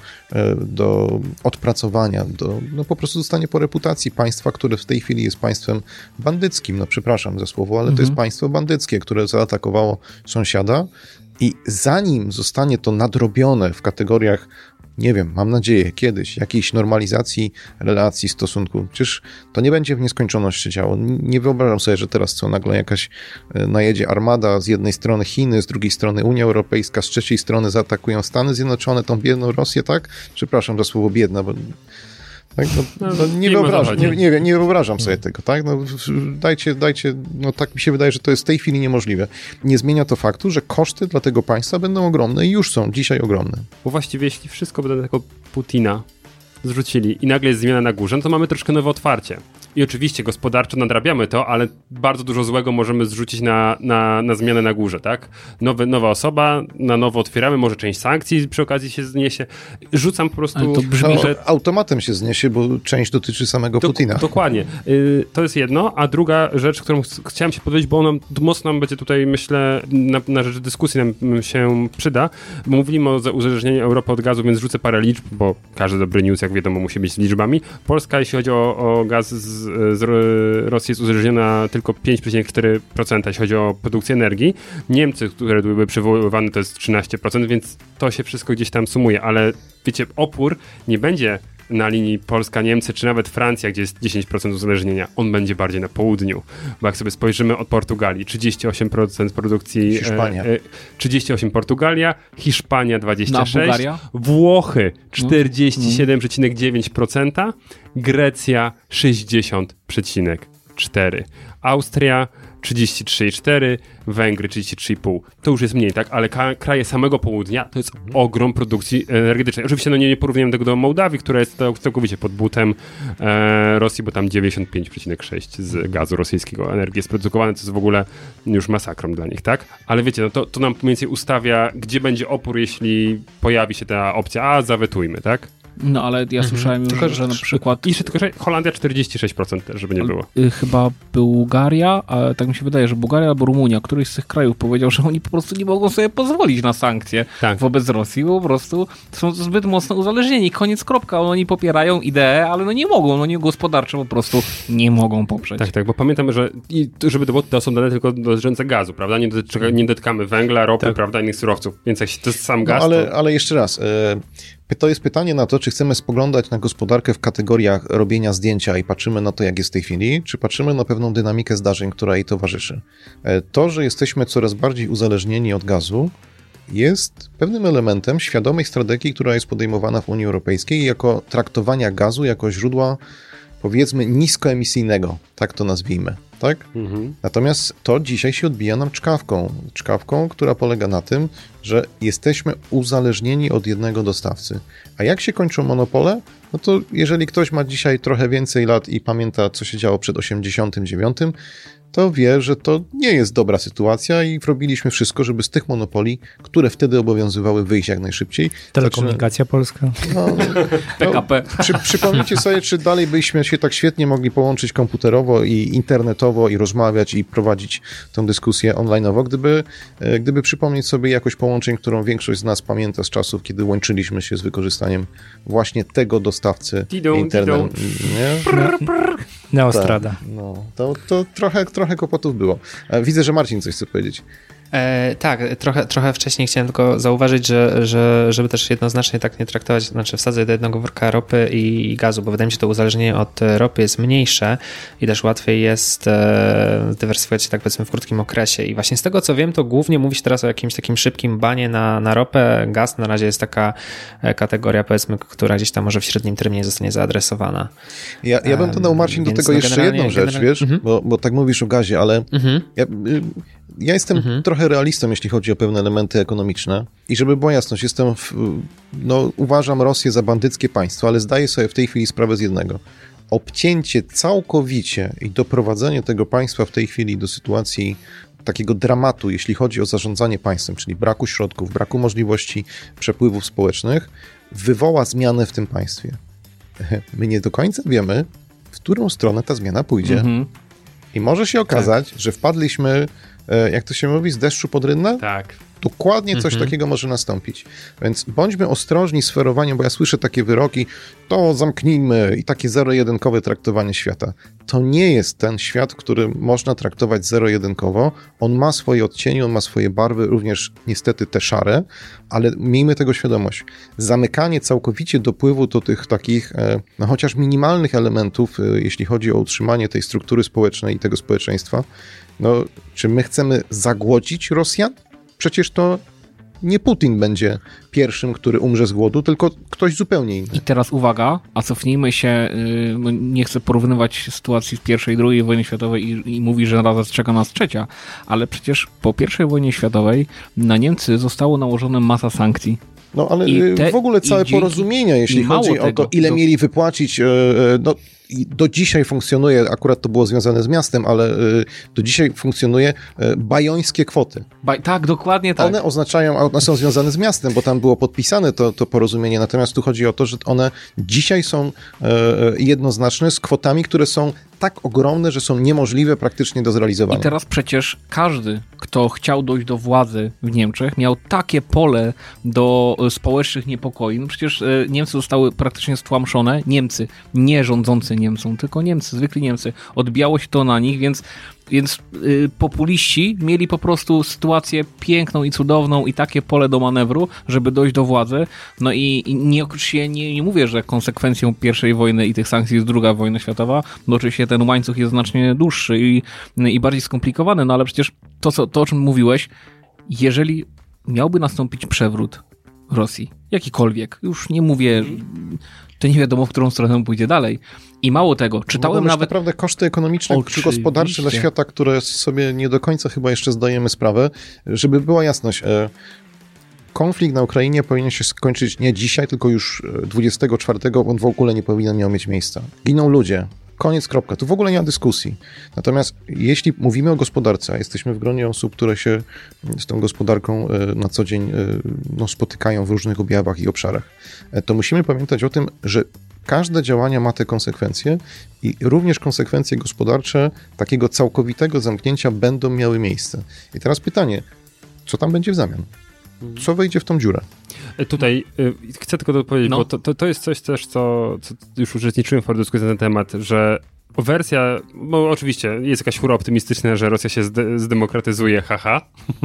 do odpracowania, do, no po prostu zostanie po reputacji państwa, które w tej chwili jest państwem bandyckim, no przepraszam za słowo, ale mhm. to jest państwo bandyckie, które zaatakowało sąsiada i zanim zostanie to nadrobione w kategoriach, nie wiem, mam nadzieję, kiedyś jakiejś normalizacji relacji, stosunku. Przecież to nie będzie w nieskończoność się działo. Nie wyobrażam sobie, że teraz co, nagle jakaś najedzie armada, z jednej strony Chiny, z drugiej strony Unia Europejska, z trzeciej strony zaatakują Stany Zjednoczone, tą biedną Rosję, tak? Przepraszam za słowo biedna, bo tak? No, no, nie, wyobrażam, nie, nie, nie wyobrażam sobie tego, tak? No, dajcie, dajcie, no tak mi się wydaje, że to jest w tej chwili niemożliwe. Nie zmienia to faktu, że koszty dla tego państwa będą ogromne i już są dzisiaj ogromne. Bo właściwie jeśli wszystko by do tego Putina zrzucili i nagle jest zmiana na górze, no to mamy troszkę nowe otwarcie. i oczywiście gospodarczo nadrabiamy to, ale bardzo dużo złego możemy zrzucić na, na, na zmianę na górze, tak? Nowy, nowa osoba, na nowo otwieramy, może część sankcji przy okazji się zniesie. Rzucam po prostu... To brzmi, że automatem się zniesie, bo część dotyczy samego do, Putina. Dokładnie. Yy, to jest jedno, a druga rzecz, którą ch- chciałem się powiedzieć, bo ona mocno nam będzie tutaj, myślę, na, na rzecz dyskusji nam się przyda, bo mówimy o uzależnieniu Europy od gazu, więc rzucę parę liczb, bo każdy dobry news, jak wiadomo, musi być z liczbami. Polska, jeśli chodzi o, o gaz z, z Rosji, jest uzależniona tylko pięć przecinek cztery procent, jeśli chodzi o produkcję energii. Niemcy, które były przywoływane, to jest trzynaście procent, więc to się wszystko gdzieś tam sumuje, ale wiecie, opór nie będzie na linii Polska-Niemcy, czy nawet Francja, gdzie jest dziesięć procent uzależnienia, on będzie bardziej na południu, bo jak sobie spojrzymy od Portugalii, trzydzieści osiem procent produkcji... Hiszpania. E, e, trzydzieści osiem Portugalia, Hiszpania dwadzieścia sześć procent, no, Włochy czterdzieści siedem przecinek dziewięć procent, Grecja sześćdziesiąt przecinek cztery procent, Austria trzydzieści trzy przecinek cztery procent, Węgry trzydzieści trzy przecinek pięć procent. To już jest mniej, tak? Ale ka- kraje samego południa to jest ogrom produkcji energetycznej. Oczywiście no nie, nie porównujemy tego do Mołdawii, która jest całkowicie pod butem e, Rosji, bo tam dziewięćdziesiąt pięć przecinek sześć procent z gazu rosyjskiego energii jest produkowane, co jest w ogóle już masakrą dla nich, tak? Ale wiecie, no to, to nam mniej więcej ustawia, gdzie będzie opór, jeśli pojawi się ta opcja, a zawetujmy, tak? No ale ja mhm. słyszałem już, tylko, że na przykład... I jeszcze tylko, że Holandia czterdzieści sześć procent, żeby nie było. Chyba Bułgaria, a tak mi się wydaje, że Bułgaria albo Rumunia, któryś z tych krajów powiedział, że oni po prostu nie mogą sobie pozwolić na sankcje tak. wobec Rosji, bo po prostu są zbyt mocno uzależnieni. Koniec, kropka. Oni popierają ideę, ale no nie mogą, no nie gospodarczo po prostu nie mogą poprzeć. Tak, tak, bo pamiętam, że i żeby to, to są dane tylko dotyczące gazu, prawda? Nie, dotyczy, nie dotykamy węgla, ropy, tak. prawda, innych surowców. Więc jak się to jest sam gaz, no, ale, to... ale jeszcze raz... Y- To jest pytanie na to, czy chcemy spoglądać na gospodarkę w kategoriach robienia zdjęcia i patrzymy na to, jak jest w tej chwili, czy patrzymy na pewną dynamikę zdarzeń, która jej towarzyszy. To, że jesteśmy coraz bardziej uzależnieni od gazu, jest pewnym elementem świadomej strategii, która jest podejmowana w Unii Europejskiej jako traktowania gazu jako źródła, powiedzmy, niskoemisyjnego, tak to nazwijmy. Tak? Mhm. Natomiast to dzisiaj się odbija nam czkawką. Czkawką, która polega na tym, że jesteśmy uzależnieni od jednego dostawcy. A jak się kończą monopole? No to jeżeli ktoś ma dzisiaj trochę więcej lat i pamięta, co się działo przed osiemdziesiątym dziewiątym, to wie, że to nie jest dobra sytuacja i robiliśmy wszystko, żeby z tych monopoli, które wtedy obowiązywały, wyjść jak najszybciej. Telekomunikacja znaczy, polska. No, no, P K P. Przy, przypomnijcie sobie, czy dalej byśmy się tak świetnie mogli połączyć komputerowo i internetowo i rozmawiać i prowadzić tę dyskusję online'owo, gdyby, gdyby przypomnieć sobie jakość połączeń, którą większość z nas pamięta z czasów, kiedy łączyliśmy się z wykorzystaniem właśnie tego dostawcy internetu. Neostrada. Tak, no, to, to trochę, trochę kłopotów było. Widzę, że Marcin coś chce powiedzieć. E, tak, trochę, trochę wcześniej chciałem tylko zauważyć, że, że żeby też jednoznacznie tak nie traktować, znaczy wsadzać do jednego worka ropy i gazu, bo wydaje mi się, że to uzależnienie od ropy jest mniejsze i też łatwiej jest e, zdywersyfikować się tak powiedzmy w krótkim okresie. I właśnie z tego co wiem, to głównie mówi się teraz o jakimś takim szybkim banie na, na ropę. Gaz na razie jest taka kategoria, powiedzmy, która gdzieś tam może w średnim terminie zostanie zaadresowana. Ja, ja bym dodał, Marcin, do tego no jeszcze jedną rzecz, generalnie... wiesz, mm-hmm. bo, bo tak mówisz o gazie, ale mm-hmm. ja, ja jestem mm-hmm. trochę realistą, jeśli chodzi o pewne elementy ekonomiczne. I żeby była jasność, jestem w, no, uważam Rosję za bandyckie państwo, ale zdaję sobie w tej chwili sprawę z jednego. Obcięcie całkowicie i doprowadzenie tego państwa w tej chwili do sytuacji takiego dramatu, jeśli chodzi o zarządzanie państwem, czyli braku środków, braku możliwości przepływów społecznych, wywoła zmianę w tym państwie. My nie do końca wiemy, w którą stronę ta zmiana pójdzie. Mm-hmm. I może się okazać, tak. że wpadliśmy, jak to się mówi, z deszczu pod rynnę? Tak. Dokładnie coś mm-hmm. takiego może nastąpić. Więc bądźmy ostrożni z ferowaniem, bo ja słyszę takie wyroki, to zamknijmy i takie zero-jedynkowe traktowanie świata. To nie jest ten świat, który można traktować zero-jedynkowo. On ma swoje odcienie, on ma swoje barwy, również niestety te szare, ale miejmy tego świadomość. Zamykanie całkowicie dopływu do tych takich, no chociaż minimalnych elementów, jeśli chodzi o utrzymanie tej struktury społecznej i tego społeczeństwa, no czy my chcemy zagłodzić Rosjan? Przecież to nie Putin będzie pierwszym, który umrze z głodu, tylko ktoś zupełnie inny. I teraz uwaga, a cofnijmy się, no nie chcę porównywać sytuacji z pierwszej i drugiej wojny światowej i, i mówić, że zaraz czeka nas trzecia, ale przecież po pierwszej wojnie światowej na Niemcy zostało nałożone masa sankcji. No ale te, w ogóle całe dzięki, porozumienia, jeśli chodzi tego, o to, ile to... mieli wypłacić, no i do dzisiaj funkcjonuje, akurat to było związane z miastem, ale do dzisiaj funkcjonuje bajońskie kwoty. Ba- tak, dokładnie tak. One oznaczają, one są związane z miastem, bo tam było podpisane to, to porozumienie, natomiast tu chodzi o to, że one dzisiaj są jednoznaczne z kwotami, które są tak ogromne, że są niemożliwe praktycznie do zrealizowania. I teraz przecież każdy, kto chciał dojść do władzy w Niemczech, miał takie pole do społecznych niepokoi. No przecież Niemcy zostały praktycznie stłamszone. Niemcy, nie rządzący Niemcom, tylko Niemcy, zwykli Niemcy. Odbijało się to na nich, więc Więc y, populiści mieli po prostu sytuację piękną i cudowną i takie pole do manewru, żeby dojść do władzy. No i, i nie, nie, nie mówię, że konsekwencją pierwszej wojny i tych sankcji jest druga wojna światowa, bo oczywiście ten łańcuch jest znacznie dłuższy i, i bardziej skomplikowany, no ale przecież to, co, to, o czym mówiłeś, jeżeli miałby nastąpić przewrót Rosji, jakikolwiek, już nie mówię, to nie wiadomo, w którą stronę pójdzie dalej. I mało tego, czytałem no, nawet... naprawdę koszty ekonomiczne czy gospodarcze dla świata, które sobie nie do końca chyba jeszcze zdajemy sprawę, żeby była jasność. Konflikt na Ukrainie powinien się skończyć nie dzisiaj, tylko już dwudziestego czwartego, on w ogóle nie powinien miał mieć miejsca. Giną ludzie. Koniec, kropka. Tu w ogóle nie ma dyskusji. Natomiast jeśli mówimy o gospodarce, a jesteśmy w gronie osób, które się z tą gospodarką na co dzień no, spotykają w różnych objawach i obszarach, to musimy pamiętać o tym, że każde działanie ma te konsekwencje i również konsekwencje gospodarcze takiego całkowitego zamknięcia będą miały miejsce. I teraz pytanie, co tam będzie w zamian? Co wejdzie w tą dziurę? Tutaj y, chcę tylko dopowiedzieć, no. bo to, to, to jest coś też, co, co już uczestniczyłem w dyskusji na ten temat, że wersja, bo oczywiście jest jakaś hura optymistyczna, że Rosja się zde, zdemokratyzuje, haha,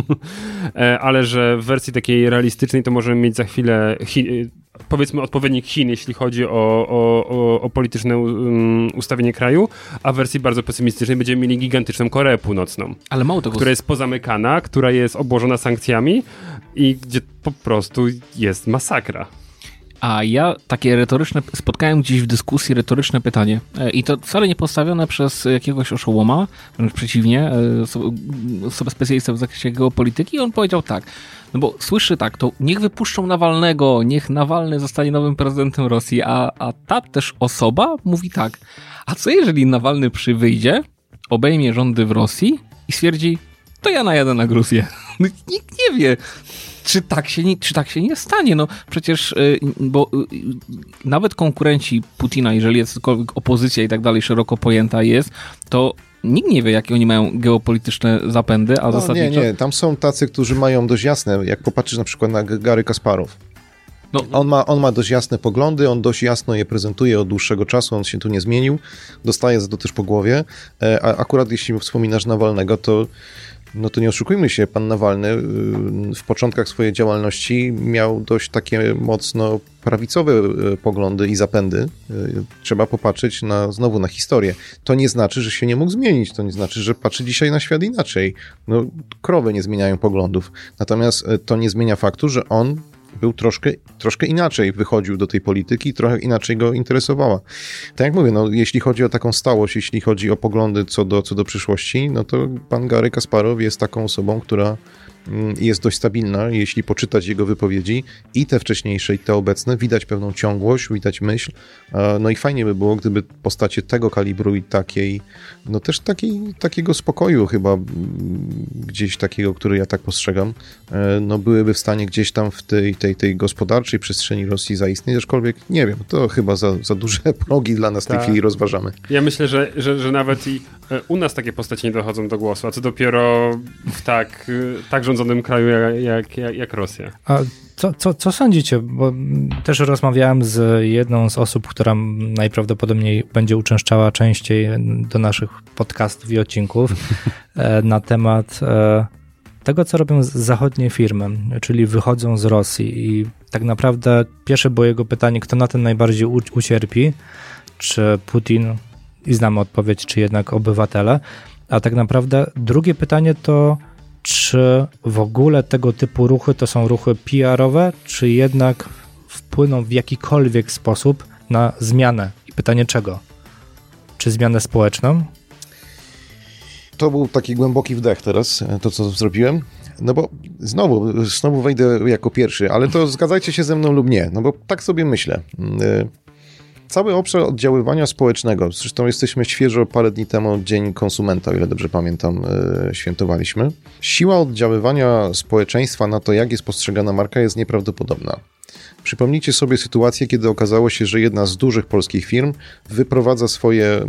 ale że w wersji takiej realistycznej to możemy mieć za chwilę Chi, powiedzmy odpowiednik Chin, jeśli chodzi o, o, o, o polityczne um, ustawienie kraju, a w wersji bardzo pesymistycznej będziemy mieli gigantyczną Koreę Północną. Ale mało tego. Która jest pozamykana, która jest obłożona sankcjami i gdzie po prostu jest masakra. A ja takie retoryczne, spotkałem gdzieś w dyskusji retoryczne pytanie i to wcale nie postawione przez jakiegoś oszołoma, wręcz przeciwnie, osobę specjalistę w zakresie geopolityki, i on powiedział tak, no bo słyszy tak, to niech wypuszczą Nawalnego, niech Nawalny zostanie nowym prezydentem Rosji, a, a ta też osoba mówi tak, a co jeżeli Nawalny przywyjdzie, obejmie rządy w Rosji i stwierdzi, to ja najadę na Gruzję. No, nikt nie wie. Czy tak, się nie, czy tak się nie stanie? No przecież, bo nawet konkurenci Putina, jeżeli jakakolwiek opozycja i tak dalej szeroko pojęta jest, to nikt nie wie, jakie oni mają geopolityczne zapędy, a no, zasadniczo... Nie, nie, tam są tacy, którzy mają dość jasne, jak popatrzysz na przykład na Garry Kasparow. No. On, ma, on ma dość jasne poglądy, on dość jasno je prezentuje od dłuższego czasu, on się tu nie zmienił, dostaje za to też po głowie, a akurat jeśli wspominasz Nawalnego, to no to nie oszukujmy się, pan Nawalny w początkach swojej działalności miał dość takie mocno prawicowe poglądy i zapędy. Trzeba popatrzeć na, znowu na historię. To nie znaczy, że się nie mógł zmienić, to nie znaczy, że patrzy dzisiaj na świat inaczej. No, krowy nie zmieniają poglądów. Natomiast to nie zmienia faktu, że on był troszkę, troszkę inaczej wychodził do tej polityki, trochę inaczej go interesowała. Tak jak mówię, no, jeśli chodzi o taką stałość, jeśli chodzi o poglądy co do, co do przyszłości, no to pan Garry Kasparow jest taką osobą, która jest dość stabilna, jeśli poczytać jego wypowiedzi i te wcześniejsze, i te obecne, widać pewną ciągłość, widać myśl, no i fajnie by było, gdyby postacie tego kalibru i takiej, no też takiej, takiego spokoju chyba gdzieś takiego, który ja tak postrzegam, no byłyby w stanie gdzieś tam w tej, tej, tej gospodarczej przestrzeni Rosji zaistnieć, aczkolwiek nie wiem, to chyba za, za duże progi dla nas w tej Ta. chwili rozważamy. Ja myślę, że, że, że nawet i u nas takie postacie nie dochodzą do głosu, a co dopiero w tak, tak rządzonym kraju jak, jak, jak Rosja. A co, co, co sądzicie? Bo też rozmawiałem z jedną z osób, która najprawdopodobniej będzie uczęszczała częściej do naszych podcastów i odcinków na temat tego, co robią zachodnie firmy, czyli wychodzą z Rosji i tak naprawdę pierwsze było jego pytanie, kto na tym najbardziej u- ucierpi, czy Putin, i znamy odpowiedź, czy jednak obywatele, a tak naprawdę drugie pytanie to, czy w ogóle tego typu ruchy to są ruchy P R-owe, czy jednak wpłyną w jakikolwiek sposób na zmianę? I pytanie czego? Czy zmianę społeczną? To był taki głęboki wdech teraz, to co zrobiłem. No bo znowu, znowu wejdę jako pierwszy, ale to zgadzajcie się ze mną lub nie, no bo tak sobie myślę. Cały obszar oddziaływania społecznego, zresztą jesteśmy świeżo parę dni temu Dzień Konsumenta, o ile dobrze pamiętam, świętowaliśmy. Siła oddziaływania społeczeństwa na to, jak jest postrzegana marka, jest nieprawdopodobna. Przypomnijcie sobie sytuację, kiedy okazało się, że jedna z dużych polskich firm wyprowadza swoje,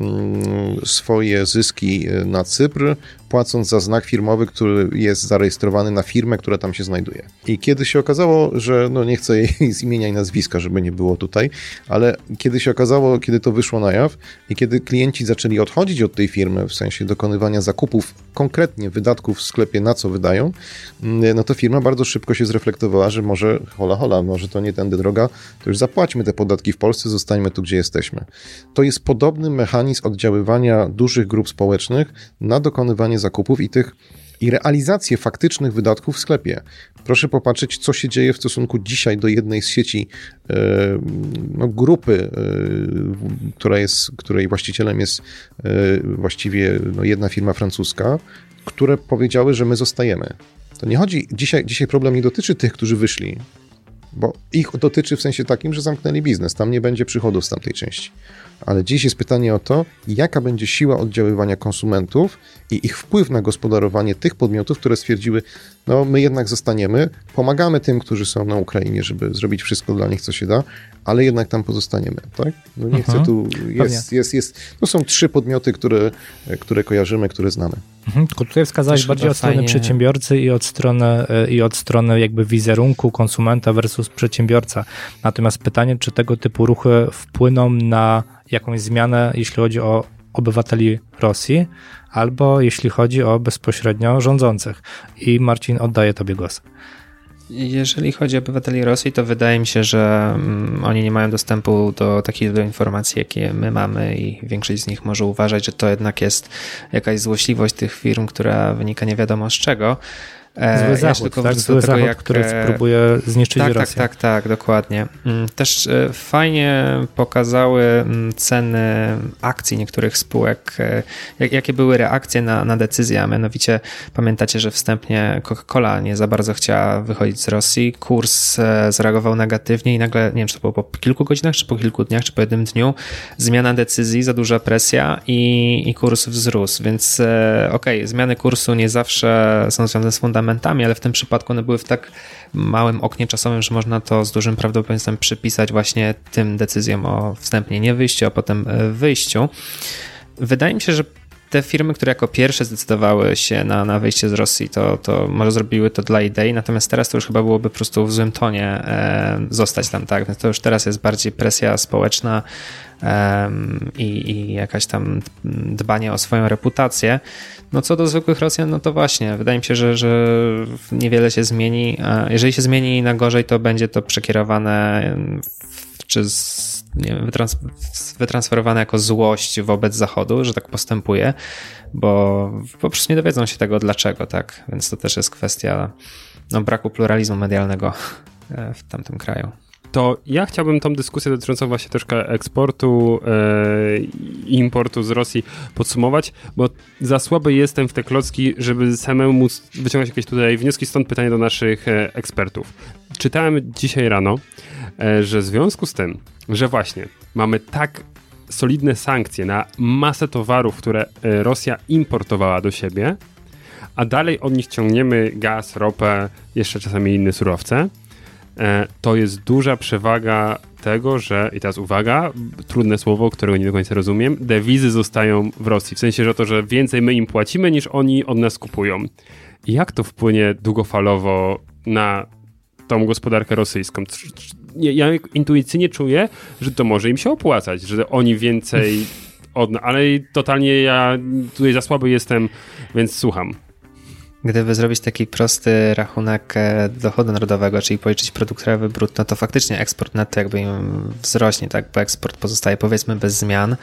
swoje zyski na Cypr, płacąc za znak firmowy, który jest zarejestrowany na firmę, która tam się znajduje. I kiedy się okazało, że, no nie chcę jej z imienia i nazwiska, żeby nie było tutaj, ale kiedy się okazało, kiedy to wyszło na jaw i kiedy klienci zaczęli odchodzić od tej firmy, w sensie dokonywania zakupów, konkretnie wydatków w sklepie, na co wydają, no to firma bardzo szybko się zreflektowała, że może hola hola, może to nie tędy droga, to już zapłaćmy te podatki w Polsce, zostańmy tu, gdzie jesteśmy. To jest podobny mechanizm oddziaływania dużych grup społecznych na dokonywanie zakupów i tych i realizację faktycznych wydatków w sklepie. Proszę popatrzeć, co się dzieje w stosunku dzisiaj do jednej z sieci yy, no, grupy, yy, która jest, której właścicielem jest yy, właściwie no, jedna firma francuska, które powiedziały, że my zostajemy. To nie chodzi, dzisiaj, dzisiaj problem nie dotyczy tych, którzy wyszli, bo ich dotyczy w sensie takim, że zamknęli biznes, tam nie będzie przychodów z tamtej części. Ale dziś jest pytanie o to, jaka będzie siła oddziaływania konsumentów i ich wpływ na gospodarowanie tych podmiotów, które stwierdziły, no my jednak zostaniemy, pomagamy tym, którzy są na Ukrainie, żeby zrobić wszystko dla nich, co się da, ale jednak tam pozostaniemy, tak? No nie chcę tu, jest, jest, jest, to są trzy podmioty, które, które kojarzymy, które znamy. Mhm, tylko tutaj wskazałeś bardziej od strony fajnie. przedsiębiorcy i od strony, i od strony jakby wizerunku konsumenta versus przedsiębiorca. Natomiast pytanie, czy tego typu ruchy wpłyną na jakąś zmianę, jeśli chodzi o obywateli Rosji, albo jeśli chodzi o bezpośrednio rządzących. I Marcin, oddaję tobie głos. Jeżeli chodzi o obywateli Rosji, to wydaje mi się, że um, oni nie mają dostępu do takich do informacji, jakie my mamy i większość z nich może uważać, że to jednak jest jakaś złośliwość tych firm, która wynika nie wiadomo z czego. Zły zachód, ja tak? Zły zachód, jak... który próbuje zniszczyć tak, Rosję. Tak, tak, tak, dokładnie. Też fajnie pokazały ceny akcji niektórych spółek, jakie były reakcje na, na decyzję, a mianowicie pamiętacie, że wstępnie Coca-Cola nie za bardzo chciała wychodzić z Rosji, kurs zareagował negatywnie i nagle, nie wiem, czy to było po kilku godzinach, czy po kilku dniach, czy po jednym dniu, zmiana decyzji, za duża presja i, i kurs wzrósł, więc okej, okay, zmiany kursu nie zawsze są związane z fundamentami, ale w tym przypadku one były w tak małym oknie czasowym, że można to z dużym prawdopodobieństwem przypisać właśnie tym decyzjom o wstępnie nie wyjściu, a potem wyjściu. Wydaje mi się, że te firmy, które jako pierwsze zdecydowały się na, na wyjście z Rosji, to, to może zrobiły to dla idei, natomiast teraz to już chyba byłoby po prostu w złym tonie e, zostać tam, tak? Więc to już teraz jest bardziej presja społeczna e, i, i jakaś tam dbanie o swoją reputację. No co do zwykłych Rosjan, no to właśnie, wydaje mi się, że, że niewiele się zmieni. Jeżeli się zmieni na gorzej, to będzie to przekierowane w, czy z, nie wiem, wytrans- wytransferowane jako złość wobec Zachodu, że tak postępuje, bo po prostu nie dowiedzą się tego dlaczego, tak? Więc to też jest kwestia no, braku pluralizmu medialnego w tamtym kraju. To ja chciałbym tą dyskusję dotyczącą właśnie troszkę eksportu i e, importu z Rosji podsumować, bo za słaby jestem w te klocki, żeby samemu móc wyciągać jakieś tutaj wnioski, stąd pytanie do naszych e, ekspertów. Czytałem dzisiaj rano, e, że w związku z tym, że właśnie mamy tak solidne sankcje na masę towarów, które Rosja importowała do siebie, a dalej od nich ciągniemy gaz, ropę, jeszcze czasami inne surowce, to jest duża przewaga tego, że, i teraz uwaga, trudne słowo, którego nie do końca rozumiem, dewizy zostają w Rosji. W sensie, że to, że więcej my im płacimy, niż oni od nas kupują. I jak to wpłynie długofalowo na tą gospodarkę rosyjską? Ja intuicyjnie czuję, że to może im się opłacać, że oni więcej od nas, ale totalnie ja tutaj za słaby jestem, więc słucham. Gdyby zrobić taki prosty rachunek dochodu narodowego, czyli policzyć produkt krajowy brutto, to faktycznie eksport netto jakby im wzrośnie, tak, bo eksport pozostaje powiedzmy bez zmian,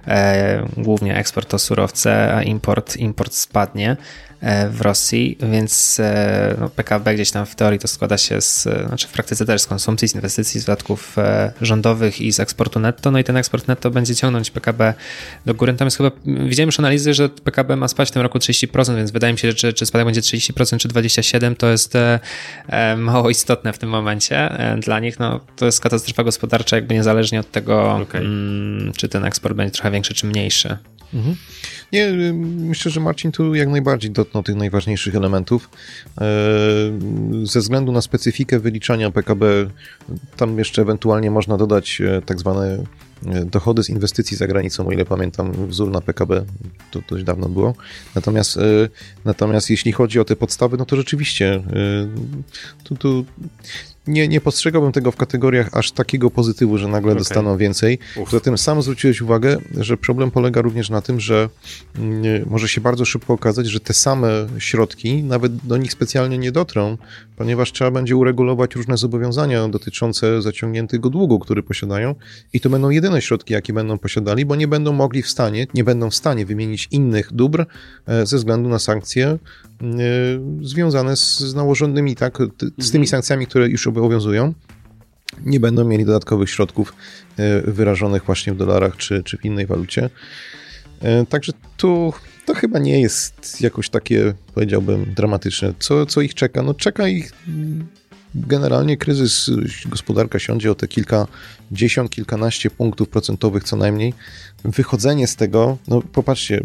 e, głównie eksport to surowce, a import, import spadnie w Rosji, więc no, P K B gdzieś tam w teorii to składa się z, znaczy w praktyce też z konsumpcji, z inwestycji, z wydatków rządowych i z eksportu netto, no i ten eksport netto będzie ciągnąć P K B do góry. Tam jest chyba, widziałem już analizy, że P K B ma spać w tym roku trzydzieści procent, więc wydaje mi się, że czy, czy spadek będzie trzydzieści procent czy dwadzieścia siedem procent, to jest e, mało istotne w tym momencie. E, dla nich no, to jest katastrofa gospodarcza, jakby niezależnie od tego, okay. mm, czy ten eksport będzie trochę większy czy mniejszy. Mhm. Nie, myślę, że Marcin tu jak najbardziej dotknął tych najważniejszych elementów. Ze względu na specyfikę wyliczania P K B, tam jeszcze ewentualnie można dodać tak zwane dochody z inwestycji za granicą, o ile pamiętam, wzór na P K B, to dość dawno było. Natomiast, natomiast jeśli chodzi o te podstawy, no to rzeczywiście tu, tu nie, nie postrzegałbym tego w kategoriach aż takiego pozytywu, że nagle okay. dostaną więcej. Uf. Poza tym sam zwróciłeś uwagę, że problem polega również na tym, że może się bardzo szybko okazać, że te same środki nawet do nich specjalnie nie dotrą, ponieważ trzeba będzie uregulować różne zobowiązania dotyczące zaciągniętego długu, który posiadają i to będą jedyne środki, jakie będą posiadali, bo nie będą mogli w stanie, nie będą w stanie wymienić innych dóbr ze względu na sankcje związane z, z nałożonymi, tak, z tymi sankcjami, które już obowiązują. Nie będą mieli dodatkowych środków wyrażonych właśnie w dolarach czy, czy w innej walucie. Także tu to chyba nie jest jakoś takie, powiedziałbym, dramatyczne. Co, co ich czeka? No czeka ich generalnie kryzys, gospodarka siądzie o te kilkadziesiąt, kilkanaście punktów procentowych co najmniej. Wychodzenie z tego, no popatrzcie,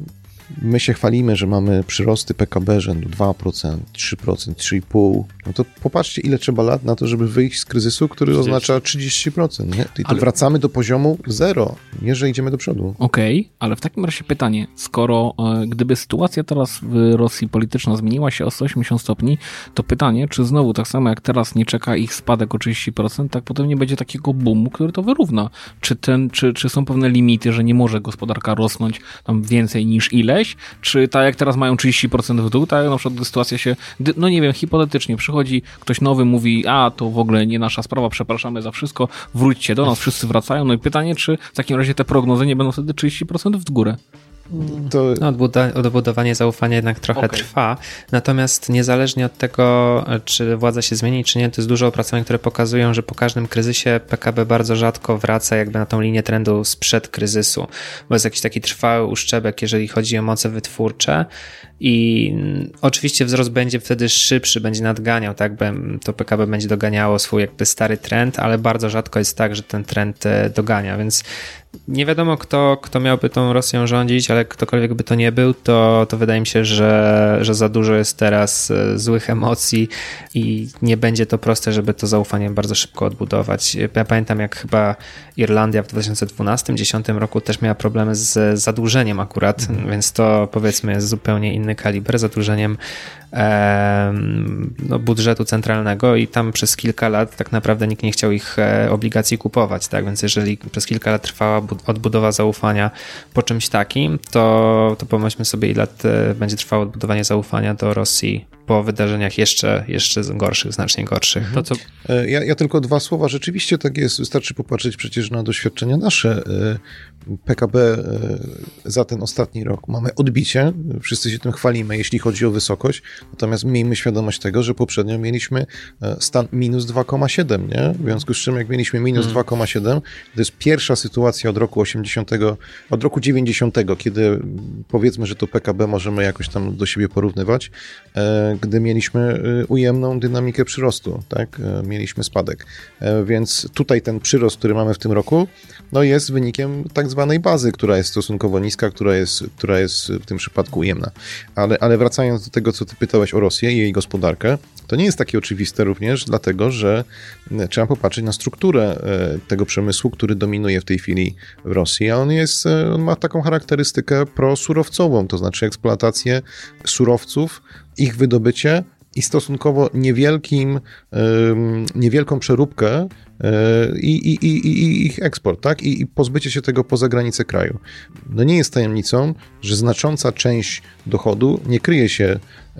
my się chwalimy, że mamy przyrosty P K B rzędu dwa procent, trzy procent, trzy i pół procent. No to popatrzcie, ile trzeba lat na to, żeby wyjść z kryzysu, który trzydzieści oznacza trzydzieści procent. Nie? I to ale... wracamy do poziomu zero, nie że idziemy do przodu. Okej, okay, ale w takim razie pytanie, skoro e, gdyby sytuacja teraz w Rosji polityczna zmieniła się o sto osiemdziesiąt stopni, to pytanie, czy znowu tak samo jak teraz nie czeka ich spadek o trzydzieści procent, tak potem nie będzie takiego boomu, który to wyrówna. Czy, ten, czy, czy są pewne limity, że nie może gospodarka rosnąć tam więcej niż ile? Czy tak jak teraz mają trzydzieści procent w dół, tak jak na przykład gdy sytuacja się, no nie wiem, hipotetycznie przychodzi ktoś nowy, mówi, a to w ogóle nie nasza sprawa, przepraszamy za wszystko, wróćcie do nas, wszyscy wracają. No i pytanie, czy w takim razie te prognozy nie będą wtedy trzydzieści procent w górę? To... No, odbuda- odbudowanie zaufania jednak trochę okay. trwa, natomiast niezależnie od tego, czy władza się zmieni, czy nie, to jest dużo opracowań, które pokazują, że po każdym kryzysie P K B bardzo rzadko wraca jakby na tą linię trendu sprzed kryzysu, bo jest jakiś taki trwały uszczebek, jeżeli chodzi o moce wytwórcze i oczywiście wzrost będzie wtedy szybszy, będzie nadganiał, tak, to P K B będzie doganiało swój jakby stary trend, ale bardzo rzadko jest tak, że ten trend dogania, więc nie wiadomo, kto, kto miałby tą Rosją rządzić, ale ktokolwiek by to nie był, to, to wydaje mi się, że, że za dużo jest teraz złych emocji i nie będzie to proste, żeby to zaufanie bardzo szybko odbudować. Ja pamiętam, jak chyba Irlandia w dwa tysiące dwunastym do dwa tysiące dziesiątym roku też miała problemy z zadłużeniem akurat, mm. więc to powiedzmy jest zupełnie inny kaliber, zadłużeniem e, no, budżetu centralnego i tam przez kilka lat tak naprawdę nikt nie chciał ich obligacji kupować, tak, więc jeżeli przez kilka lat trwała odbudowa zaufania po czymś takim, to, to pomyślmy sobie, ile lat będzie trwało odbudowanie zaufania do Rosji po wydarzeniach jeszcze, jeszcze gorszych, znacznie gorszych. To co... ja, ja tylko dwa słowa. Rzeczywiście tak jest. Wystarczy popatrzeć przecież na doświadczenia nasze. P K B za ten ostatni rok mamy odbicie. Wszyscy się tym chwalimy, jeśli chodzi o wysokość. Natomiast miejmy świadomość tego, że poprzednio mieliśmy stan minus dwa przecinek siedem, nie? W związku z czym jak mieliśmy minus hmm. dwa przecinek siedem, to jest pierwsza sytuacja od roku osiemdziesiątego, od roku dziewięćdziesiątego, kiedy powiedzmy, że to P K B możemy jakoś tam do siebie porównywać, gdy mieliśmy ujemną dynamikę przyrostu, tak? Mieliśmy spadek. Więc tutaj ten przyrost, który mamy w tym roku, no jest wynikiem tak zwanej bazy, która jest stosunkowo niska, która jest, która jest w tym przypadku ujemna. Ale, ale wracając do tego, co ty pytałeś o Rosję i jej gospodarkę, to nie jest takie oczywiste również, dlatego że trzeba popatrzeć na strukturę tego przemysłu, który dominuje w tej chwili w Rosji, a on jest, on ma taką charakterystykę prosurowcową, to znaczy eksploatację surowców, ich wydobycie i stosunkowo niewielkim, niewielką przeróbkę i, i, i, i ich eksport, tak? I, i pozbycie się tego poza granice kraju. No nie jest tajemnicą, że znacząca część dochodu nie kryje się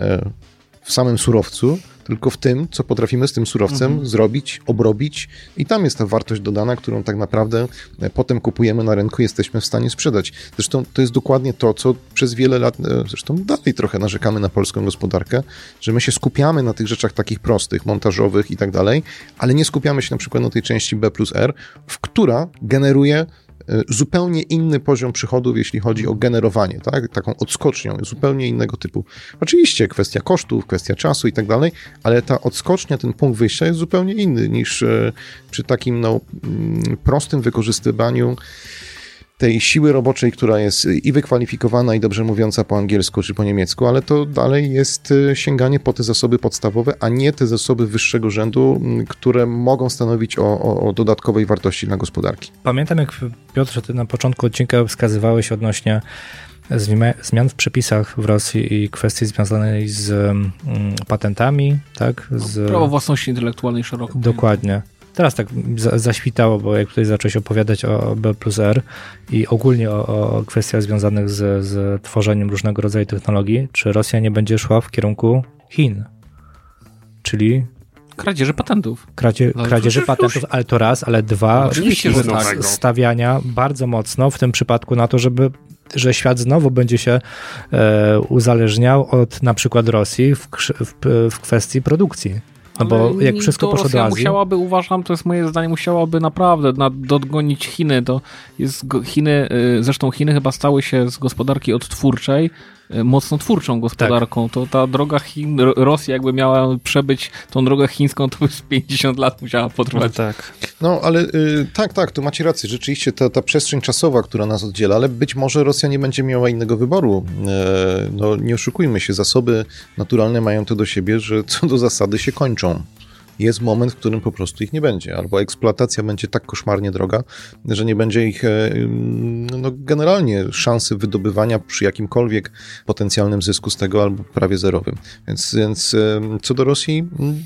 w samym surowcu, tylko w tym, co potrafimy z tym surowcem mhm. zrobić, obrobić i tam jest ta wartość dodana, którą tak naprawdę potem kupujemy na rynku i jesteśmy w stanie sprzedać. Zresztą to jest dokładnie to, co przez wiele lat, zresztą dalej trochę narzekamy na polską gospodarkę, że my się skupiamy na tych rzeczach takich prostych, montażowych i tak dalej, ale nie skupiamy się na przykład na tej części B plus R, w która generuje zupełnie inny poziom przychodów, jeśli chodzi o generowanie, tak? Taką odskocznią, zupełnie innego typu. Oczywiście kwestia kosztów, kwestia czasu i tak dalej, ale ta odskocznia, ten punkt wyjścia jest zupełnie inny niż przy takim no, prostym wykorzystywaniu tej siły roboczej, która jest i wykwalifikowana, i dobrze mówiąca po angielsku czy po niemiecku, ale to dalej jest sięganie po te zasoby podstawowe, a nie te zasoby wyższego rzędu, które mogą stanowić o, o, o dodatkowej wartości dla gospodarki. Pamiętam, jak Piotrze, ty na początku odcinka wskazywałeś odnośnie zmian w przepisach w Rosji i kwestii związanej z um, patentami, tak? Z... Prawo własności intelektualnej szeroko. Dokładnie. Teraz tak za, zaświtało, bo jak tutaj zacząłeś opowiadać o B plus R i ogólnie o, o kwestiach związanych z, z tworzeniem różnego rodzaju technologii, czy Rosja nie będzie szła w kierunku Chin? Czyli kradzieży patentów. Kradzie, no, kradzieży już, patentów, już. Ale to raz, ale dwa, oczywiście, że tak. Stawiania bardzo mocno w tym przypadku na to, żeby że świat znowu będzie się e, uzależniał od na przykład Rosji w, w, w kwestii produkcji. No bo ale jak wszystko poszło do Azji... musiałaby, uważam, to jest moje zdanie, musiałaby naprawdę dogonić Chiny. To jest Chiny, zresztą Chiny chyba stały się z gospodarki odtwórczej mocno twórczą gospodarką. Tak. To ta droga Chin, Rosja jakby miała przebyć tą drogę chińską, to już pięćdziesiąt lat musiała potrwać. No tak. No ale y, tak, tak, tu macie rację. Rzeczywiście ta, ta przestrzeń czasowa, która nas oddziela, ale być może Rosja nie będzie miała innego wyboru. E, no nie oszukujmy się, zasoby naturalne mają to do siebie, że co do zasady się kończą. Jest moment, w którym po prostu ich nie będzie, albo eksploatacja będzie tak koszmarnie droga, że nie będzie ich no, generalnie szansy wydobywania przy jakimkolwiek potencjalnym zysku z tego, albo prawie zerowym. Więc, więc co do Rosji,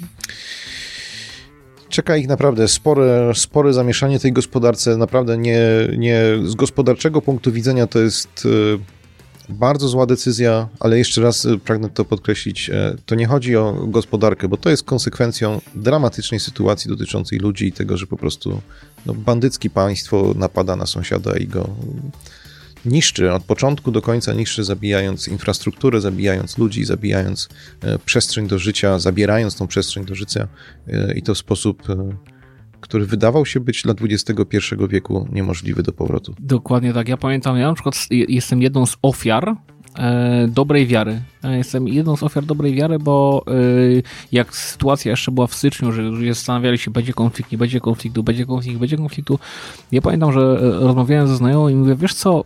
czeka ich naprawdę spore, spore zamieszanie tej gospodarce. Naprawdę nie, nie z gospodarczego punktu widzenia to jest bardzo zła decyzja, ale jeszcze raz pragnę to podkreślić, to nie chodzi o gospodarkę, bo to jest konsekwencją dramatycznej sytuacji dotyczącej ludzi i tego, że po prostu no, bandyckie państwo napada na sąsiada i go niszczy, od początku do końca niszczy, zabijając infrastrukturę, zabijając ludzi, zabijając przestrzeń do życia, zabierając tą przestrzeń do życia i to w sposób, który wydawał się być dla dwudziestego pierwszego wieku niemożliwy do powrotu. Dokładnie tak. Ja pamiętam, ja na przykład jestem jedną z ofiar e, dobrej wiary. Jestem jedną z ofiar dobrej wiary, bo e, jak sytuacja jeszcze była w styczniu, że ludzie zastanawiali się, będzie konflikt, nie będzie konfliktu, będzie konflikt, będzie konfliktu. Ja pamiętam, że rozmawiałem ze znajomą i mówię, wiesz co,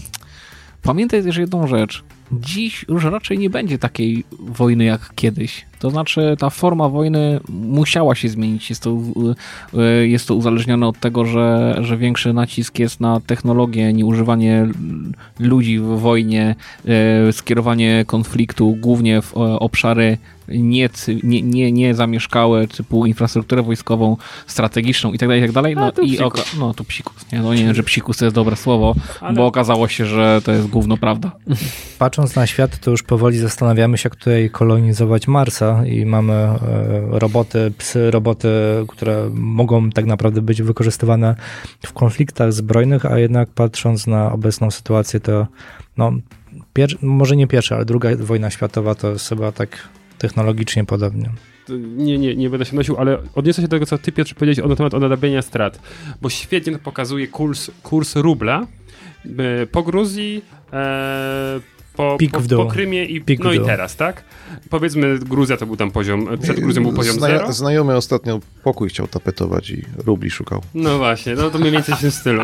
pamiętaj też jedną rzecz. Dziś już raczej nie będzie takiej wojny jak kiedyś. To znaczy ta forma wojny musiała się zmienić. Jest to, jest to uzależnione od tego, że, że większy nacisk jest na technologię, nieużywanie ludzi w wojnie, skierowanie konfliktu głównie w obszary nie, nie, nie, nie zamieszkałe, typu infrastrukturę wojskową, strategiczną i tak dalej, i tak dalej. No, i oka- no to psikus. Nie, no nie wiem, że psikus to jest dobre słowo, ale... bo okazało się, że to jest gówno prawda. Patrząc na świat, to już powoli zastanawiamy się, jak tutaj kolonizować Marsa i mamy roboty, psy, roboty, które mogą tak naprawdę być wykorzystywane w konfliktach zbrojnych, a jednak patrząc na obecną sytuację, to no, pier- może nie pierwsza, ale druga wojna światowa to jest chyba tak technologicznie podobnie. Nie, nie, nie będę się nosił, ale odniosę się do tego, co ty, Piotrze, powiedziałeś na temat nadrabiania strat, bo świetnie to pokazuje kurs, kurs rubla po Gruzji, e, po, po, po Krymie i Pik no i teraz, tak? Powiedzmy, Gruzja to był tam poziom, przed Gruzją był poziom Zna- zero. Znajomy ostatnio pokój chciał tapetować i rubli szukał. No właśnie, no to mniej więcej w tym stylu.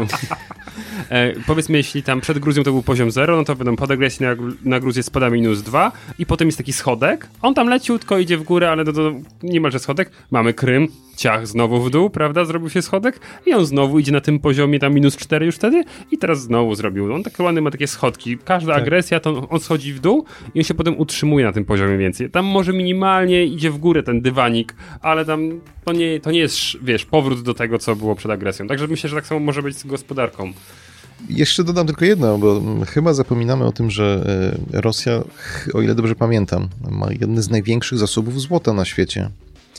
E, powiedzmy, jeśli tam przed Gruzją to był poziom zero, no to będą pod agresji na, na Gruzję spada minus dwa i potem jest taki schodek. On tam leciutko idzie w górę, ale to, to niemalże schodek. Mamy Krym, ciach znowu w dół, prawda? Zrobił się schodek i on znowu idzie na tym poziomie tam minus cztery już wtedy i teraz znowu zrobił. On tak ładny ma takie schodki. Każda tak. agresja, to on schodzi w dół i on się potem utrzymuje na tym poziomie więcej. Tam może minimalnie idzie w górę ten dywanik, ale tam to nie, to nie jest, wiesz, powrót do tego, co było przed agresją. Także myślę, że tak samo może być z gospodarką. Jeszcze dodam tylko jedno, bo chyba zapominamy o tym, że Rosja, o ile dobrze pamiętam, ma jedne z największych zasobów złota na świecie.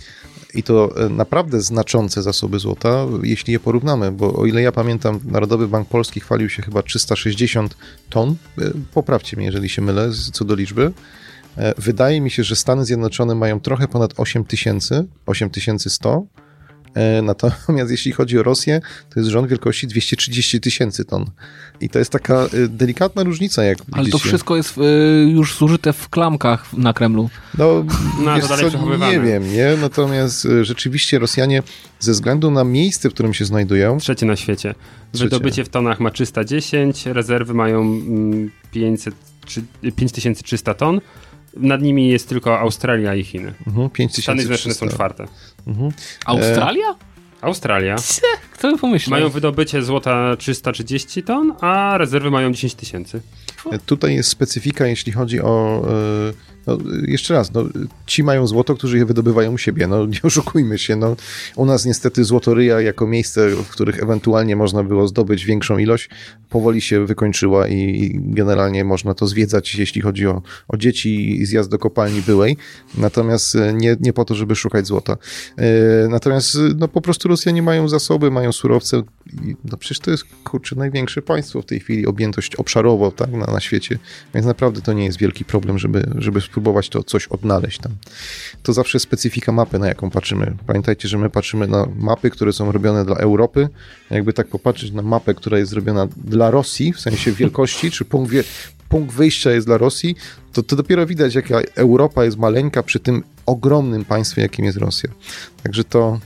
I to naprawdę znaczące zasoby złota, jeśli je porównamy, bo o ile ja pamiętam, Narodowy Bank Polski chwalił się chyba trzysta sześćdziesiąt ton, poprawcie mnie, jeżeli się mylę, co do liczby. Wydaje mi się, że Stany Zjednoczone mają trochę ponad osiem tysięcy, osiem tysięcy sto, Natomiast jeśli chodzi o Rosję, to jest rząd wielkości dwieście trzydzieści tysięcy ton. I to jest taka delikatna różnica, jak Ale widzicie. to wszystko jest y, już zużyte w klamkach na Kremlu. No, no wiesz to dalej co, nie wiem, nie? Natomiast rzeczywiście Rosjanie ze względu na miejsce, w którym się znajdują... Trzecie na świecie. Trzecie. Wydobycie w tonach ma trzysta dziesięć, rezerwy mają pięćset, pięć tysięcy trzysta ton. Nad nimi jest tylko Australia i Chiny. Mhm, pięć tysięcy Stany Zjednoczone są czwarte. Mhm. Australia? Australia. Kto by pomyślał? Mają wydobycie złota trzysta trzydzieści ton, a rezerwy mają dziesięć tysięcy. Tutaj jest specyfika, jeśli chodzi o... No, jeszcze raz, no, ci mają złoto, którzy je wydobywają u siebie. No, nie oszukujmy się. No, u nas niestety złotoryja jako miejsce, w których ewentualnie można było zdobyć większą ilość, powoli się wykończyła i generalnie można to zwiedzać, jeśli chodzi o, o dzieci i zjazd do kopalni byłej. Natomiast nie, nie po to, żeby szukać złota. Natomiast no, po prostu Rosjanie mają zasoby, mają surowce. No, przecież to jest, kurczę, największe państwo w tej chwili, objętość obszarowo, tak, na, na świecie. Więc naprawdę to nie jest wielki problem, żeby, żeby spróbować to coś odnaleźć tam. To zawsze specyfika mapy, na jaką patrzymy. Pamiętajcie, że my patrzymy na mapy, które są robione dla Europy. Jakby tak popatrzeć na mapę, która jest zrobiona dla Rosji, w sensie wielkości, czy punkt, wie, punkt wyjścia jest dla Rosji, to, to dopiero widać, jaka Europa jest maleńka przy tym ogromnym państwie, jakim jest Rosja. Także to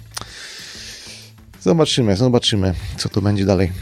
zobaczymy, zobaczymy, co to będzie dalej.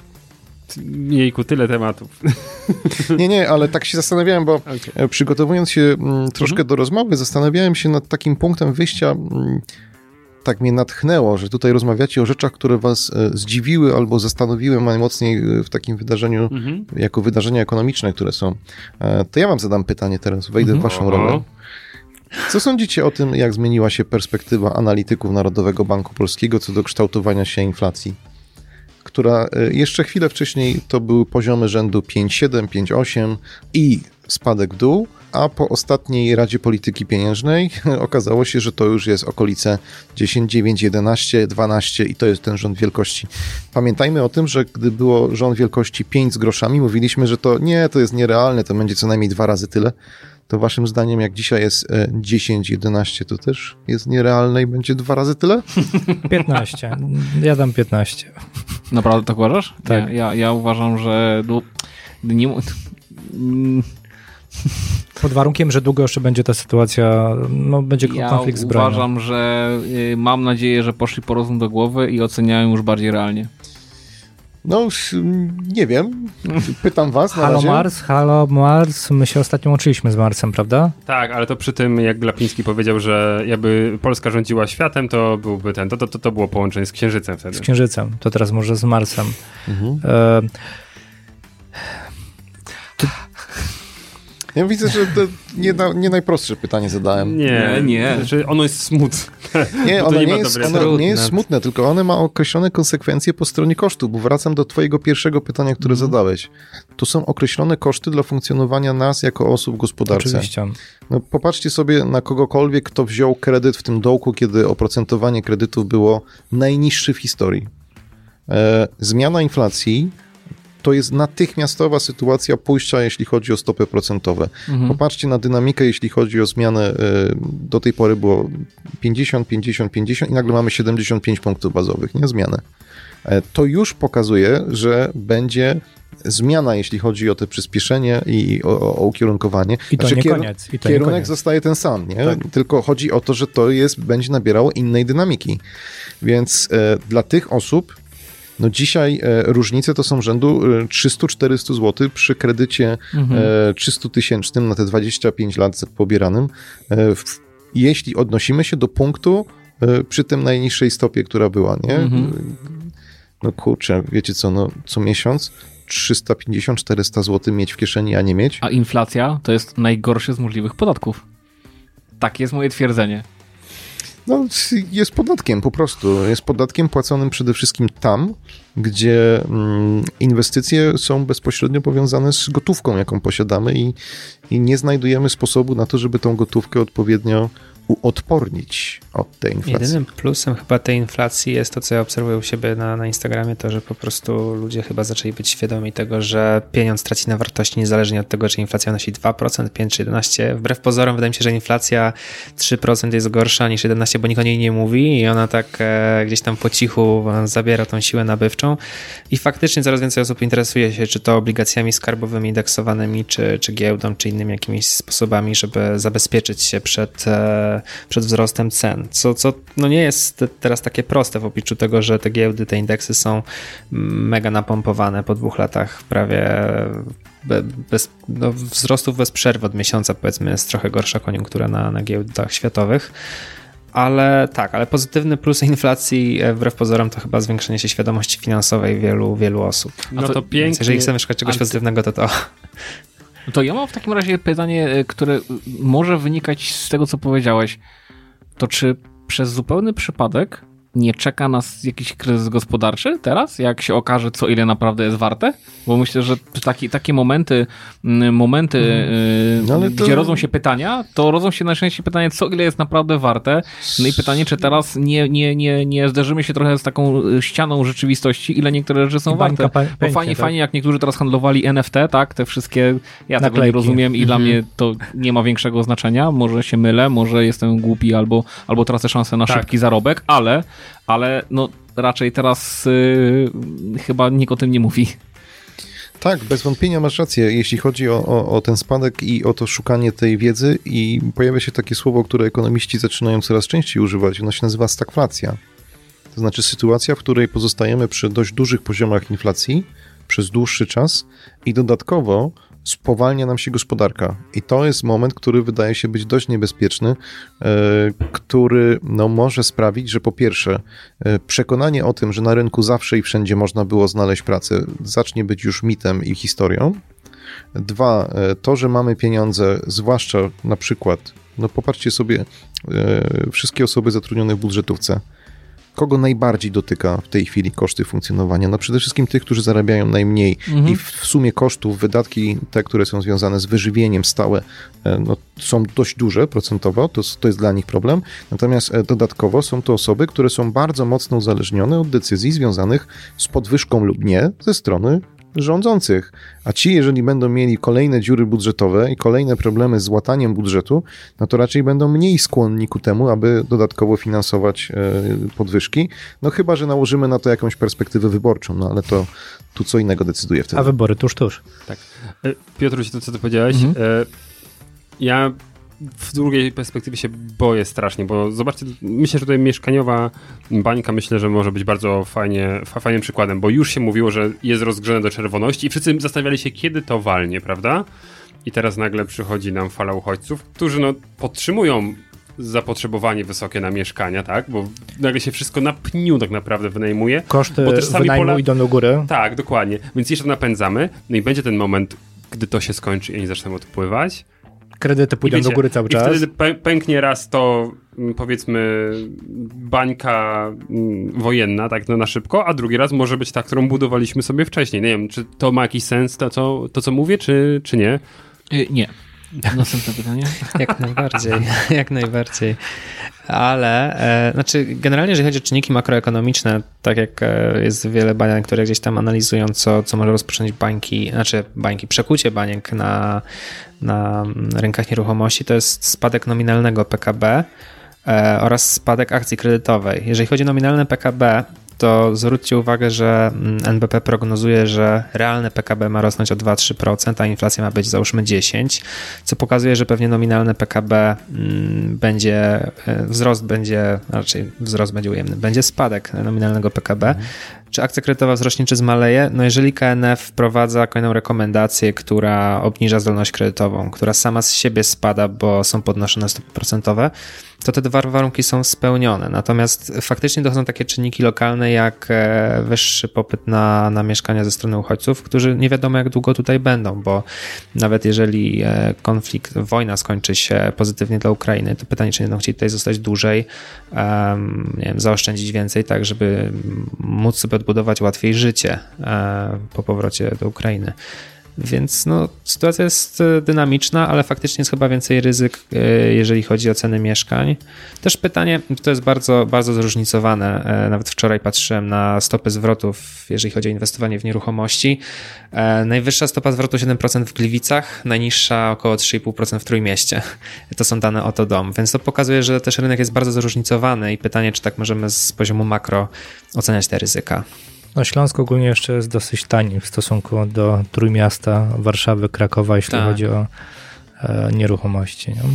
Jejku, tyle tematów. Nie, nie, ale tak się zastanawiałem, bo okay. przygotowując się m, troszkę mhm. do rozmowy, zastanawiałem się nad takim punktem wyjścia, m, tak mnie natchnęło, że tutaj rozmawiacie o rzeczach, które was e, zdziwiły albo zastanowiły najmocniej w takim wydarzeniu, mhm. jako wydarzenia ekonomiczne, które są. E, to ja wam zadam pytanie teraz, wejdę mhm. w waszą rolę. Co sądzicie o tym, jak zmieniła się perspektywa analityków Narodowego Banku Polskiego co do kształtowania się inflacji? Która jeszcze chwilę wcześniej to były poziomy rzędu pięć siedem, pięć osiem i spadek w dół, a po ostatniej Radzie Polityki Pieniężnej okazało się, że to już jest okolice dziesięć, dziewięć, jedenaście, dwanaście i to jest ten rząd wielkości. Pamiętajmy o tym, że gdy było rząd wielkości pięć z groszami, mówiliśmy, że to nie, to jest nierealne, to będzie co najmniej dwa razy tyle. To waszym zdaniem, jak dzisiaj jest dziesięć, jedenaście, to też jest nierealne i będzie dwa razy tyle? piętnaście. Ja dam piętnaście. Naprawdę tak uważasz? Tak. Ja, ja, ja uważam, że no, nie... Pod warunkiem, że długo jeszcze będzie ta sytuacja, no będzie ja konflikt zbrojny. Ja uważam, że y, mam nadzieję, że poszli po rozum do głowy i oceniają już bardziej realnie. No, nie wiem. Pytam was na Halo razie. Mars, halo Mars. My się ostatnio łączyliśmy z Marsem, prawda? Tak, ale to przy tym, jak Glapiński powiedział, że jakby Polska rządziła światem, to byłby ten, to, to, to, to było połączenie z Księżycem wtedy. Z Księżycem, to teraz może z Marsem. Mhm. E... Ja widzę, że to nie, na, nie najprostsze pytanie zadałem. Nie, nie. Znaczy ono jest smutne. Nie, ono nie, nie, jest, ono trudne. nie jest smutne, tylko one ma określone konsekwencje po stronie kosztów, bo wracam do twojego pierwszego pytania, które mm. zadałeś. Tu są określone koszty dla funkcjonowania nas jako osób w gospodarce. Oczywiście. No, popatrzcie sobie na kogokolwiek, kto wziął kredyt w tym dołku, kiedy oprocentowanie kredytów było najniższe w historii. E, zmiana inflacji to jest natychmiastowa sytuacja pójścia, jeśli chodzi o stopy procentowe. Mhm. Popatrzcie na dynamikę, jeśli chodzi o zmianę. Do tej pory było pięćdziesiąt, pięćdziesiąt, pięćdziesiąt i nagle mamy siedemdziesiąt pięć punktów bazowych, nie zmianę. To już pokazuje, że będzie zmiana, jeśli chodzi o to przyspieszenie i o, o ukierunkowanie. I to znaczy, nie kier- koniec. I to kierunek nie koniec. zostaje ten sam, nie? Tak. Tylko chodzi o to, że to jest, będzie nabierało innej dynamiki. Więc e, dla tych osób no dzisiaj e, różnice to są rzędu e, trzysta czterysta złotych przy kredycie mhm. e, trzysta tysięcznym na te dwadzieścia pięć lat pobieranym. E, w, jeśli odnosimy się do punktu e, przy tym najniższej stopie, która była, nie? Mhm. No kurczę, wiecie co, no co miesiąc trzysta pięćdziesiąt czterysta złotych mieć w kieszeni, a nie mieć. A inflacja to jest najgorszy z możliwych podatków. Tak jest moje twierdzenie. No, jest podatkiem po prostu. Jest podatkiem płaconym przede wszystkim tam, gdzie mm, inwestycje są bezpośrednio powiązane z gotówką, jaką posiadamy i, i nie znajdujemy sposobu na to, żeby tą gotówkę odpowiednio uodpornić od tej inflacji. Jedynym plusem chyba tej inflacji jest to, co ja obserwuję u siebie na, na Instagramie, to, że po prostu ludzie chyba zaczęli być świadomi tego, że pieniądz traci na wartości niezależnie od tego, czy inflacja wynosi dwa procent, pięć czy jedenaście procent. Wbrew pozorom wydaje mi się, że inflacja trzy procent jest gorsza niż jedenaście procent, bo nikt o niej nie mówi i ona tak e, gdzieś tam po cichu zabiera tą siłę nabywczą i faktycznie coraz więcej osób interesuje się, czy to obligacjami skarbowymi indeksowanymi, czy, czy giełdą, czy innymi jakimiś sposobami, żeby zabezpieczyć się przed, e, przed wzrostem cen, co, co no nie jest teraz takie proste w obliczu tego, że te giełdy, te indeksy są mega napompowane po dwóch latach prawie bez, no, wzrostów bez przerwy od miesiąca, powiedzmy jest trochę gorsza koniunktura na, na giełdach światowych, ale tak, ale pozytywny plus inflacji wbrew pozorom to chyba zwiększenie się świadomości finansowej wielu, wielu osób. No to, to pięknie. Więc jeżeli chcemy szukać czegoś Ale... pozytywnego, to to... To ja mam w takim razie pytanie, które może wynikać z tego, co powiedziałeś. To czy przez zupełny przypadek nie czeka nas jakiś kryzys gospodarczy teraz, jak się okaże, co ile naprawdę jest warte? Bo myślę, że taki, takie momenty, momenty no, yy, to... gdzie rodzą się pytania, to rodzą się najczęściej pytanie, co ile jest naprawdę warte. No i pytanie, czy teraz nie, nie, nie, nie zderzymy się trochę z taką ścianą rzeczywistości, ile niektóre rzeczy są warte. Pa- Bo pęknie, fajnie, tak? fajnie, jak niektórzy teraz handlowali N F T, tak, te wszystkie, ja tego nie Naklejki. rozumiem i Mhm. dla mnie to nie ma większego znaczenia. Może się mylę, może jestem głupi albo, albo tracę szansę na Tak. szybki zarobek, ale ale no raczej teraz yy, chyba nikt o tym nie mówi. Tak, bez wątpienia masz rację, jeśli chodzi o, o, o ten spadek i o to szukanie tej wiedzy i pojawia się takie słowo, które ekonomiści zaczynają coraz częściej używać, ono się nazywa stagflacja. To znaczy sytuacja, w której pozostajemy przy dość dużych poziomach inflacji przez dłuższy czas i dodatkowo spowalnia nam się gospodarka. I to jest moment, który wydaje się być dość niebezpieczny, e, który no, może sprawić, że po pierwsze e, przekonanie o tym, że na rynku zawsze i wszędzie można było znaleźć pracę, zacznie być już mitem i historią. Dwa, e, to, że mamy pieniądze, zwłaszcza na przykład, no popatrzcie sobie, e, wszystkie osoby zatrudnione w budżetówce, kogo najbardziej dotyka w tej chwili koszty funkcjonowania? No przede wszystkim tych, którzy zarabiają najmniej Mhm. i w sumie kosztów, wydatki te, które są związane z wyżywieniem stałe, no, są dość duże procentowo, to, to jest dla nich problem. Natomiast dodatkowo są to osoby, które są bardzo mocno uzależnione od decyzji związanych z podwyżką lub nie ze strony rządzących. A ci, jeżeli będą mieli kolejne dziury budżetowe i kolejne problemy z łataniem budżetu, no to raczej będą mniej skłonni ku temu, aby dodatkowo finansować e, podwyżki. No chyba, że nałożymy na to jakąś perspektywę wyborczą, no ale to tu co innego decyduje wtedy. A wybory tuż, tuż. Tak. Piotruś, to co ty powiedziałeś, Mhm. e, ja w drugiej perspektywie się boję strasznie, bo zobaczcie, myślę, że tutaj mieszkaniowa bańka myślę, że może być bardzo fajnie, fa, fajnym przykładem, bo już się mówiło, że jest rozgrzane do czerwoności i wszyscy zastanawiali się, kiedy to walnie, prawda? I teraz nagle przychodzi nam fala uchodźców, którzy no podtrzymują zapotrzebowanie wysokie na mieszkania, tak? Bo nagle się wszystko na pniu tak naprawdę wynajmuje. Koszty bo też sami wynajmu Pola... idą do góry. Tak, dokładnie. Więc jeszcze to napędzamy, no i będzie ten moment, gdy to się skończy i oni zaczną odpływać. Kredyty pójdą I wiecie, do góry cały i czas. wtedy pę- pęknie raz to, m, powiedzmy, bańka m, wojenna, tak no na szybko, a drugi raz może być ta, którą budowaliśmy sobie wcześniej. Nie wiem, czy to ma jakiś sens, to co, to, co mówię, czy, czy nie? Yy, nie. Następne pytanie. Jak najbardziej, jak najbardziej. Ale, e, znaczy generalnie jeżeli chodzi o czynniki makroekonomiczne, tak jak e, jest wiele badań, które gdzieś tam analizują, co, co może rozpocząć bańki, znaczy bańki, przekucie baniek na, na rynkach nieruchomości, to jest spadek nominalnego P K B e, oraz spadek akcji kredytowej. Jeżeli chodzi o nominalne P K B, to zwróćcie uwagę, że N B P prognozuje, że realne P K B ma rosnąć o dwa do trzech procent, a inflacja ma być załóżmy dziesięć procent, co pokazuje, że pewnie nominalne P K B będzie, wzrost będzie, raczej wzrost będzie ujemny, będzie spadek nominalnego P K B. Mhm. Czy akcja kredytowa wzrośnie, czy zmaleje? No jeżeli K N F wprowadza kolejną rekomendację, która obniża zdolność kredytową, która sama z siebie spada, bo są podnoszone stopy procentowe, to te dwa warunki są spełnione. Natomiast faktycznie dochodzą takie czynniki lokalne, jak wyższy popyt na, na mieszkania ze strony uchodźców, którzy nie wiadomo jak długo tutaj będą, bo nawet jeżeli konflikt, wojna skończy się pozytywnie dla Ukrainy, to pytanie, czy nie będą chcieli tutaj zostać dłużej, um, nie wiem, zaoszczędzić więcej, tak żeby móc sobie odbudować łatwiej życie po powrocie do Ukrainy. Więc no, sytuacja jest dynamiczna, ale faktycznie jest chyba więcej ryzyk, jeżeli chodzi o ceny mieszkań. Też pytanie, to jest bardzo, bardzo zróżnicowane. Nawet wczoraj patrzyłem na stopy zwrotów, jeżeli chodzi o inwestowanie w nieruchomości. Najwyższa stopa zwrotu siedem procent w Gliwicach, najniższa około trzy i pół procent w Trójmieście. To są dane Oto Dom, więc to pokazuje, że też rynek jest bardzo zróżnicowany i pytanie, czy tak możemy z poziomu makro oceniać te ryzyka. No Śląsk ogólnie jeszcze jest dosyć tani w stosunku do Trójmiasta, Warszawy, Krakowa, jeśli tak. chodzi o e, nieruchomości. Nie?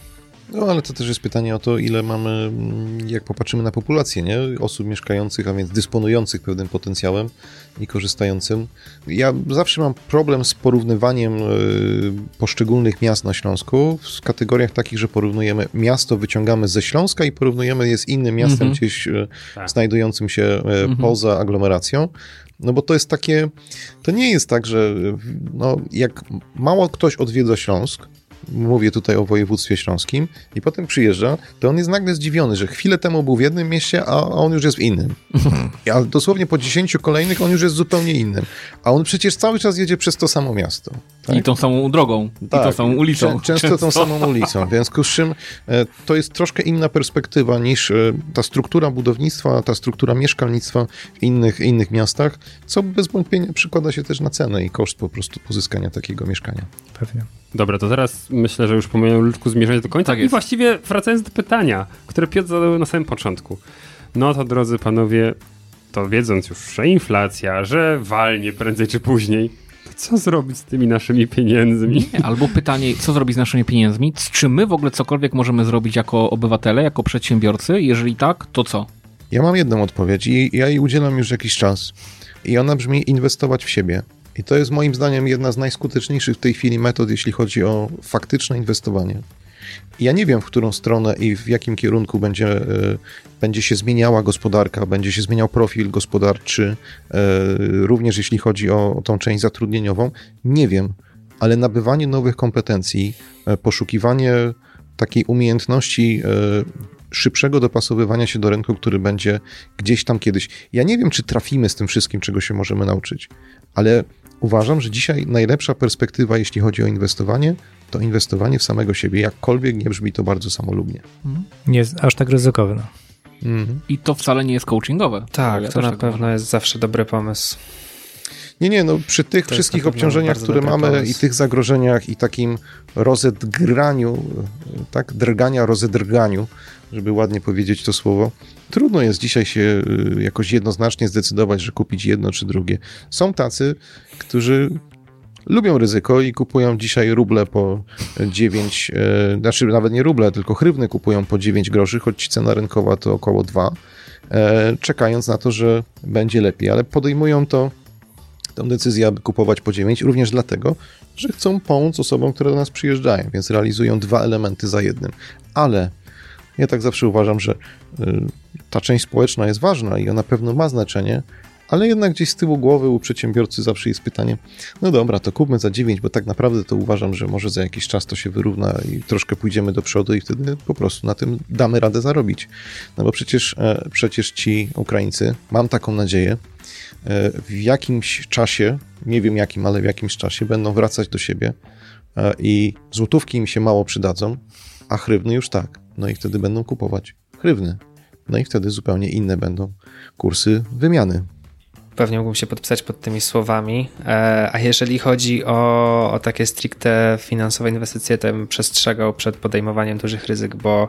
No ale to też jest pytanie o to, ile mamy, jak popatrzymy na populację, nie? Osób mieszkających, a więc dysponujących pewnym potencjałem i korzystającym. Ja zawsze mam problem z porównywaniem poszczególnych miast na Śląsku w kategoriach takich, że porównujemy miasto, wyciągamy ze Śląska i porównujemy je z innym miastem mm-hmm. gdzieś tak. znajdującym się mm-hmm. poza aglomeracją. No bo to jest takie, to nie jest tak, że no, jak mało ktoś odwiedza Śląsk, mówię tutaj o województwie śląskim, i potem przyjeżdża, to on jest nagle zdziwiony, że chwilę temu był w jednym mieście, a on już jest w innym. A dosłownie po dziesięciu kolejnych on już jest zupełnie innym. A on przecież cały czas jedzie przez to samo miasto. Tak? I tą samą drogą, tak. i tą samą ulicą. Często, często tą samą ulicą. W związku z czym e, to jest troszkę inna perspektywa niż e, ta struktura budownictwa, ta struktura mieszkalnictwa w innych, innych miastach, co bez wątpienia przekłada się też na cenę i koszt po prostu pozyskania takiego mieszkania. Pewnie. Dobra, to teraz myślę, że już po moim luczku zmierzać do końca. Tak I właściwie wracając do pytania, które Piotr zadał na samym początku. No to drodzy panowie, to wiedząc już, że inflacja, że walnie prędzej czy później, to co zrobić z tymi naszymi pieniędzmi? Nie, albo pytanie, co zrobić z naszymi pieniędzmi? Czy my w ogóle cokolwiek możemy zrobić jako obywatele, jako przedsiębiorcy? Jeżeli tak, to co? Ja mam jedną odpowiedź i ja jej udzielam już jakiś czas. I ona brzmi: inwestować w siebie. I to jest moim zdaniem jedna z najskuteczniejszych w tej chwili metod, jeśli chodzi o faktyczne inwestowanie. Ja nie wiem, w którą stronę i w jakim kierunku będzie, y, będzie się zmieniała gospodarka, będzie się zmieniał profil gospodarczy, y, również jeśli chodzi o, o tą część zatrudnieniową. Nie wiem, ale nabywanie nowych kompetencji, y, poszukiwanie takiej umiejętności y, szybszego dopasowywania się do rynku, który będzie gdzieś tam kiedyś. Ja nie wiem, czy trafimy z tym wszystkim, czego się możemy nauczyć, ale uważam, że dzisiaj najlepsza perspektywa, jeśli chodzi o inwestowanie, to inwestowanie w samego siebie, jakkolwiek nie brzmi to bardzo samolubnie. Nie jest aż tak ryzykowne. Mhm. I to wcale nie jest coachingowe. Tak, ja to na tak pewno uważam. jest zawsze dobry pomysł. Nie, nie, no przy tych To wszystkich obciążeniach, które mamy pomysł. I tych zagrożeniach i takim rozedgraniu, tak, drgania, rozedrganiu, żeby ładnie powiedzieć to słowo, trudno jest dzisiaj się jakoś jednoznacznie zdecydować, że kupić jedno czy drugie. Są tacy, którzy lubią ryzyko i kupują dzisiaj ruble po dziewięć, e, znaczy nawet nie ruble, tylko hrywny kupują po dziewięć groszy, choć cena rynkowa to około dwa, e, czekając na to, że będzie lepiej, ale podejmują to tę decyzję, aby kupować po dziewięć, również dlatego, że chcą pomóc osobom, które do nas przyjeżdżają, więc realizują dwa elementy za jednym. Ale ja tak zawsze uważam, że y, ta część społeczna jest ważna i ona pewno ma znaczenie, ale jednak gdzieś z tyłu głowy u przedsiębiorcy zawsze jest pytanie: no dobra, to kupmy za dziewięć, bo tak naprawdę to uważam, że może za jakiś czas to się wyrówna i troszkę pójdziemy do przodu i wtedy po prostu na tym damy radę zarobić. No bo przecież, e, przecież ci Ukraińcy, mam taką nadzieję, w jakimś czasie, nie wiem jakim, ale w jakimś czasie będą wracać do siebie i złotówki im się mało przydadzą, a hrywny już tak. No i wtedy będą kupować hrywny. No i wtedy zupełnie inne będą kursy wymiany. Pewnie mógłbym się podpisać pod tymi słowami, a jeżeli chodzi o, o takie stricte finansowe inwestycje, to bym przestrzegał przed podejmowaniem dużych ryzyk, bo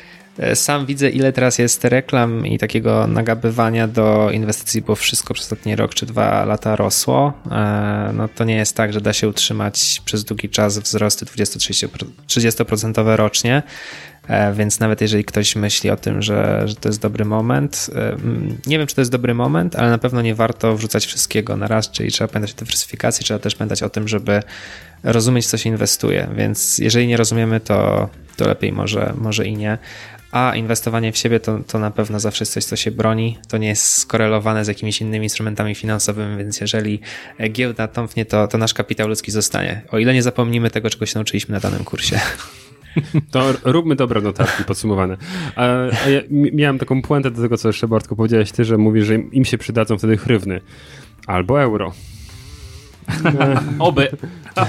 sam widzę, ile teraz jest reklam i takiego nagabywania do inwestycji, bo wszystko przez ostatni rok czy dwa lata rosło. No to nie jest tak, że da się utrzymać przez długi czas wzrosty dwadzieścia procent rocznie, więc nawet jeżeli ktoś myśli o tym, że, że to jest dobry moment, nie wiem, czy to jest dobry moment, ale na pewno nie warto wrzucać wszystkiego na raz, czyli trzeba pamiętać o dywersyfikacji, trzeba też pamiętać o tym, żeby rozumieć, co się inwestuje, więc jeżeli nie rozumiemy, to, to lepiej może, może i nie. A inwestowanie w siebie to, to na pewno zawsze jest coś, co się broni. To nie jest skorelowane z jakimiś innymi instrumentami finansowymi, więc jeżeli giełda tąpnie, to, to nasz kapitał ludzki zostanie. O ile nie zapomnimy tego, czego się nauczyliśmy na danym kursie. To róbmy dobre notatki podsumowane. A, a ja miałem taką puentę do tego, co jeszcze, Bartku, powiedziałeś ty, że mówisz, że im się przydadzą wtedy hrywny albo euro. Oby.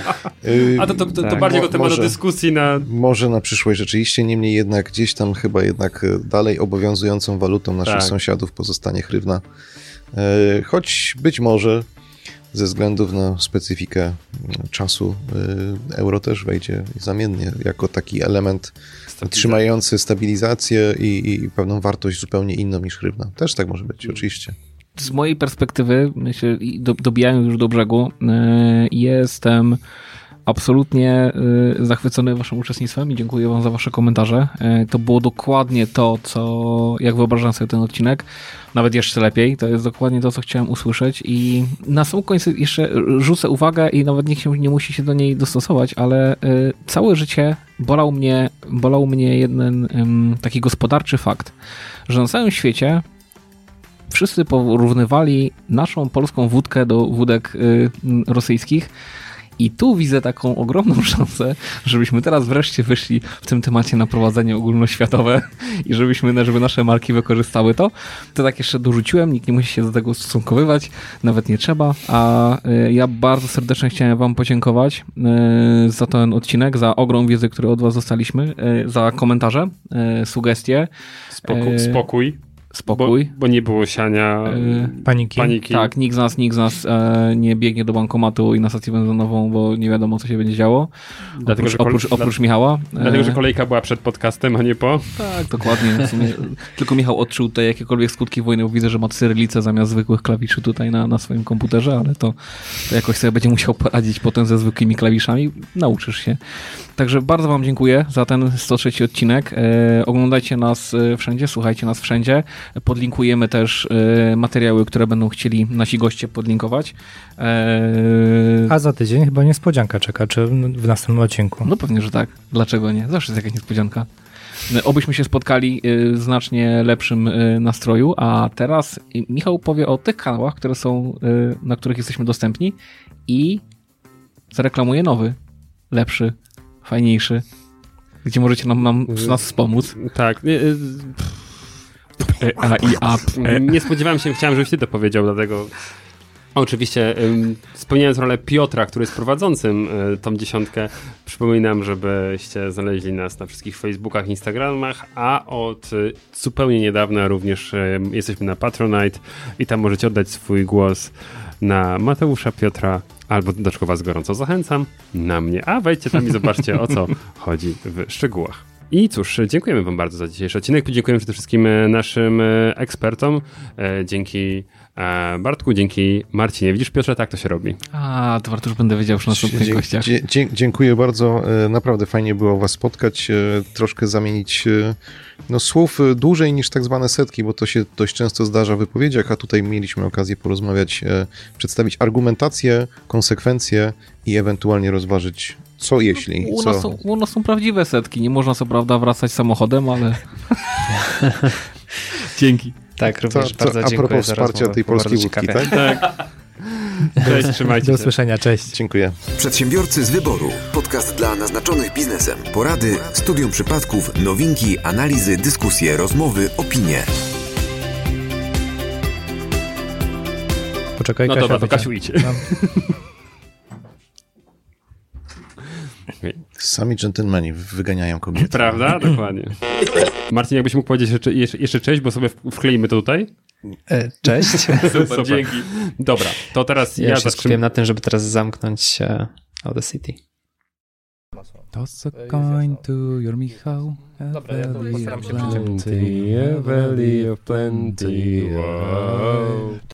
A to, to, to, to Tak. bardziej Mo- go temat do może- dyskusji na... Może na przyszłość rzeczywiście, niemniej jednak gdzieś tam chyba jednak dalej obowiązującą walutą naszych Tak. sąsiadów pozostanie hrywna. E, Choć być może ze względów na specyfikę czasu e, euro też wejdzie zamiennie jako taki element trzymający stabilizację i, i pewną wartość zupełnie inną niż hrywna. Też tak może być, oczywiście. Z mojej perspektywy, myślę, i do, dobijając już do brzegu, yy, jestem absolutnie yy, zachwycony waszym uczestnictwem i dziękuję wam za wasze komentarze. Yy, to było dokładnie to, co, jak wyobrażam sobie ten odcinek, nawet jeszcze lepiej. To jest dokładnie to, co chciałem usłyszeć i na sam koniec jeszcze rzucę uwagę i nawet nikt się nie musi się do niej dostosować, ale yy, całe życie bolał mnie, bolał mnie jeden yy, taki gospodarczy fakt, że na całym świecie wszyscy porównywali naszą polską wódkę do wódek y, rosyjskich i tu widzę taką ogromną szansę, żebyśmy teraz wreszcie wyszli w tym temacie na prowadzenie ogólnoświatowe i żebyśmy, żeby nasze marki wykorzystały to. To tak jeszcze dorzuciłem, nikt nie musi się do tego ustosunkowywać, nawet nie trzeba, a y, ja bardzo serdecznie chciałem wam podziękować y, za ten odcinek, za ogrom wiedzy, który od was dostaliśmy, y, za komentarze, y, sugestie. Spokój. Y, spokój. Spokój. Bo, bo nie było siania Yy, Paniki. paniki. Tak, nikt z nas, nikt z nas e, nie biegnie do bankomatu i na stację benzynową, bo nie wiadomo, co się będzie działo. Dlatego, oprócz, że kole- oprócz, oprócz dla- Michała. Dlatego, że E, kolejka była przed podcastem, a nie po. Tak, dokładnie. W sumie, tylko Michał odczuł te jakiekolwiek skutki wojny, bo widzę, że ma cyrylicę zamiast zwykłych klawiszy tutaj na, na swoim komputerze, ale to, to jakoś sobie będzie musiał poradzić potem ze zwykłymi klawiszami. Nauczysz się. Także bardzo wam dziękuję za ten sto trzeci odcinek. E, oglądajcie nas e, wszędzie, słuchajcie nas wszędzie. Podlinkujemy też e, materiały, które będą chcieli nasi goście podlinkować. E, A za tydzień chyba niespodzianka czeka, czy w następnym odcinku. no pewnie, że tak. Dlaczego nie? Zawsze jest jakaś niespodzianka. Obyśmy się spotkali y, w znacznie lepszym y, nastroju, a teraz y, Michał powie o tych kanałach, które są, y, na których jesteśmy dostępni i zareklamuje nowy, lepszy, fajniejszy, gdzie możecie nam, nam nas wspomóc. Tak. y, y, A i up. Nie spodziewałem się, chciałem, żebyś ty to powiedział, dlatego oczywiście ym, spełniając rolę Piotra, który jest prowadzącym y, tą dziesiątkę, przypominam, żebyście znaleźli nas na wszystkich Facebookach, Instagramach, a od y, zupełnie niedawna również y, jesteśmy na Patronite i tam możecie oddać swój głos na Mateusza, Piotra, albo do czego was gorąco zachęcam, na mnie. A wejdźcie tam i zobaczcie, o co chodzi w szczegółach. I cóż, dziękujemy wam bardzo za dzisiejszy odcinek. Dziękujemy przede wszystkim naszym ekspertom. Dzięki Bartku, dzięki Marcinie. Widzisz, Piotrze, tak to się robi. A, to warto już będę wiedział przy następnych Dzie- gościach. dzie- dzie- dziękuję bardzo. E, Naprawdę fajnie było was spotkać. e, Troszkę zamienić e, no, słów e, dłużej niż tak zwane setki, bo to się dość często zdarza w wypowiedziach, a tutaj mieliśmy okazję porozmawiać, e, przedstawić argumentację, konsekwencje i ewentualnie rozważyć, co jeśli. U Co... nas, są, u nas są prawdziwe setki. Nie można co prawda wracać samochodem, ale... Dzięki. Tak, również To, bardzo to a dziękuję propos za wsparcia rozmowę. tej Było bardzo polskiej łódki, ciekawie. tak? Cześć, trzymajcie Do się. usłyszenia, cześć. Dziękuję. Przedsiębiorcy z wyboru. Podcast dla naznaczonych biznesem. Porady, studium przypadków, nowinki, analizy, dyskusje, rozmowy, opinie. Poczekaj, No Kasia, dobra, to wyciąg- Kasiu idź. No. Sami dżentelmeni wyganiają kobiety. Prawda? Dokładnie. Marcin, jakbyś mógł powiedzieć jeszcze, jeszcze, jeszcze cześć, bo sobie wkleimy to tutaj. E, Cześć. Super, dzięki. Dobra, to teraz Ja, ja, się zatrzymam. skupiłem na tym, żeby teraz zamknąć e, Audacity. Toss a coin to your Michał. Dobra, ja to postaram się Plenty, Plenty, a valley of plenty, wow.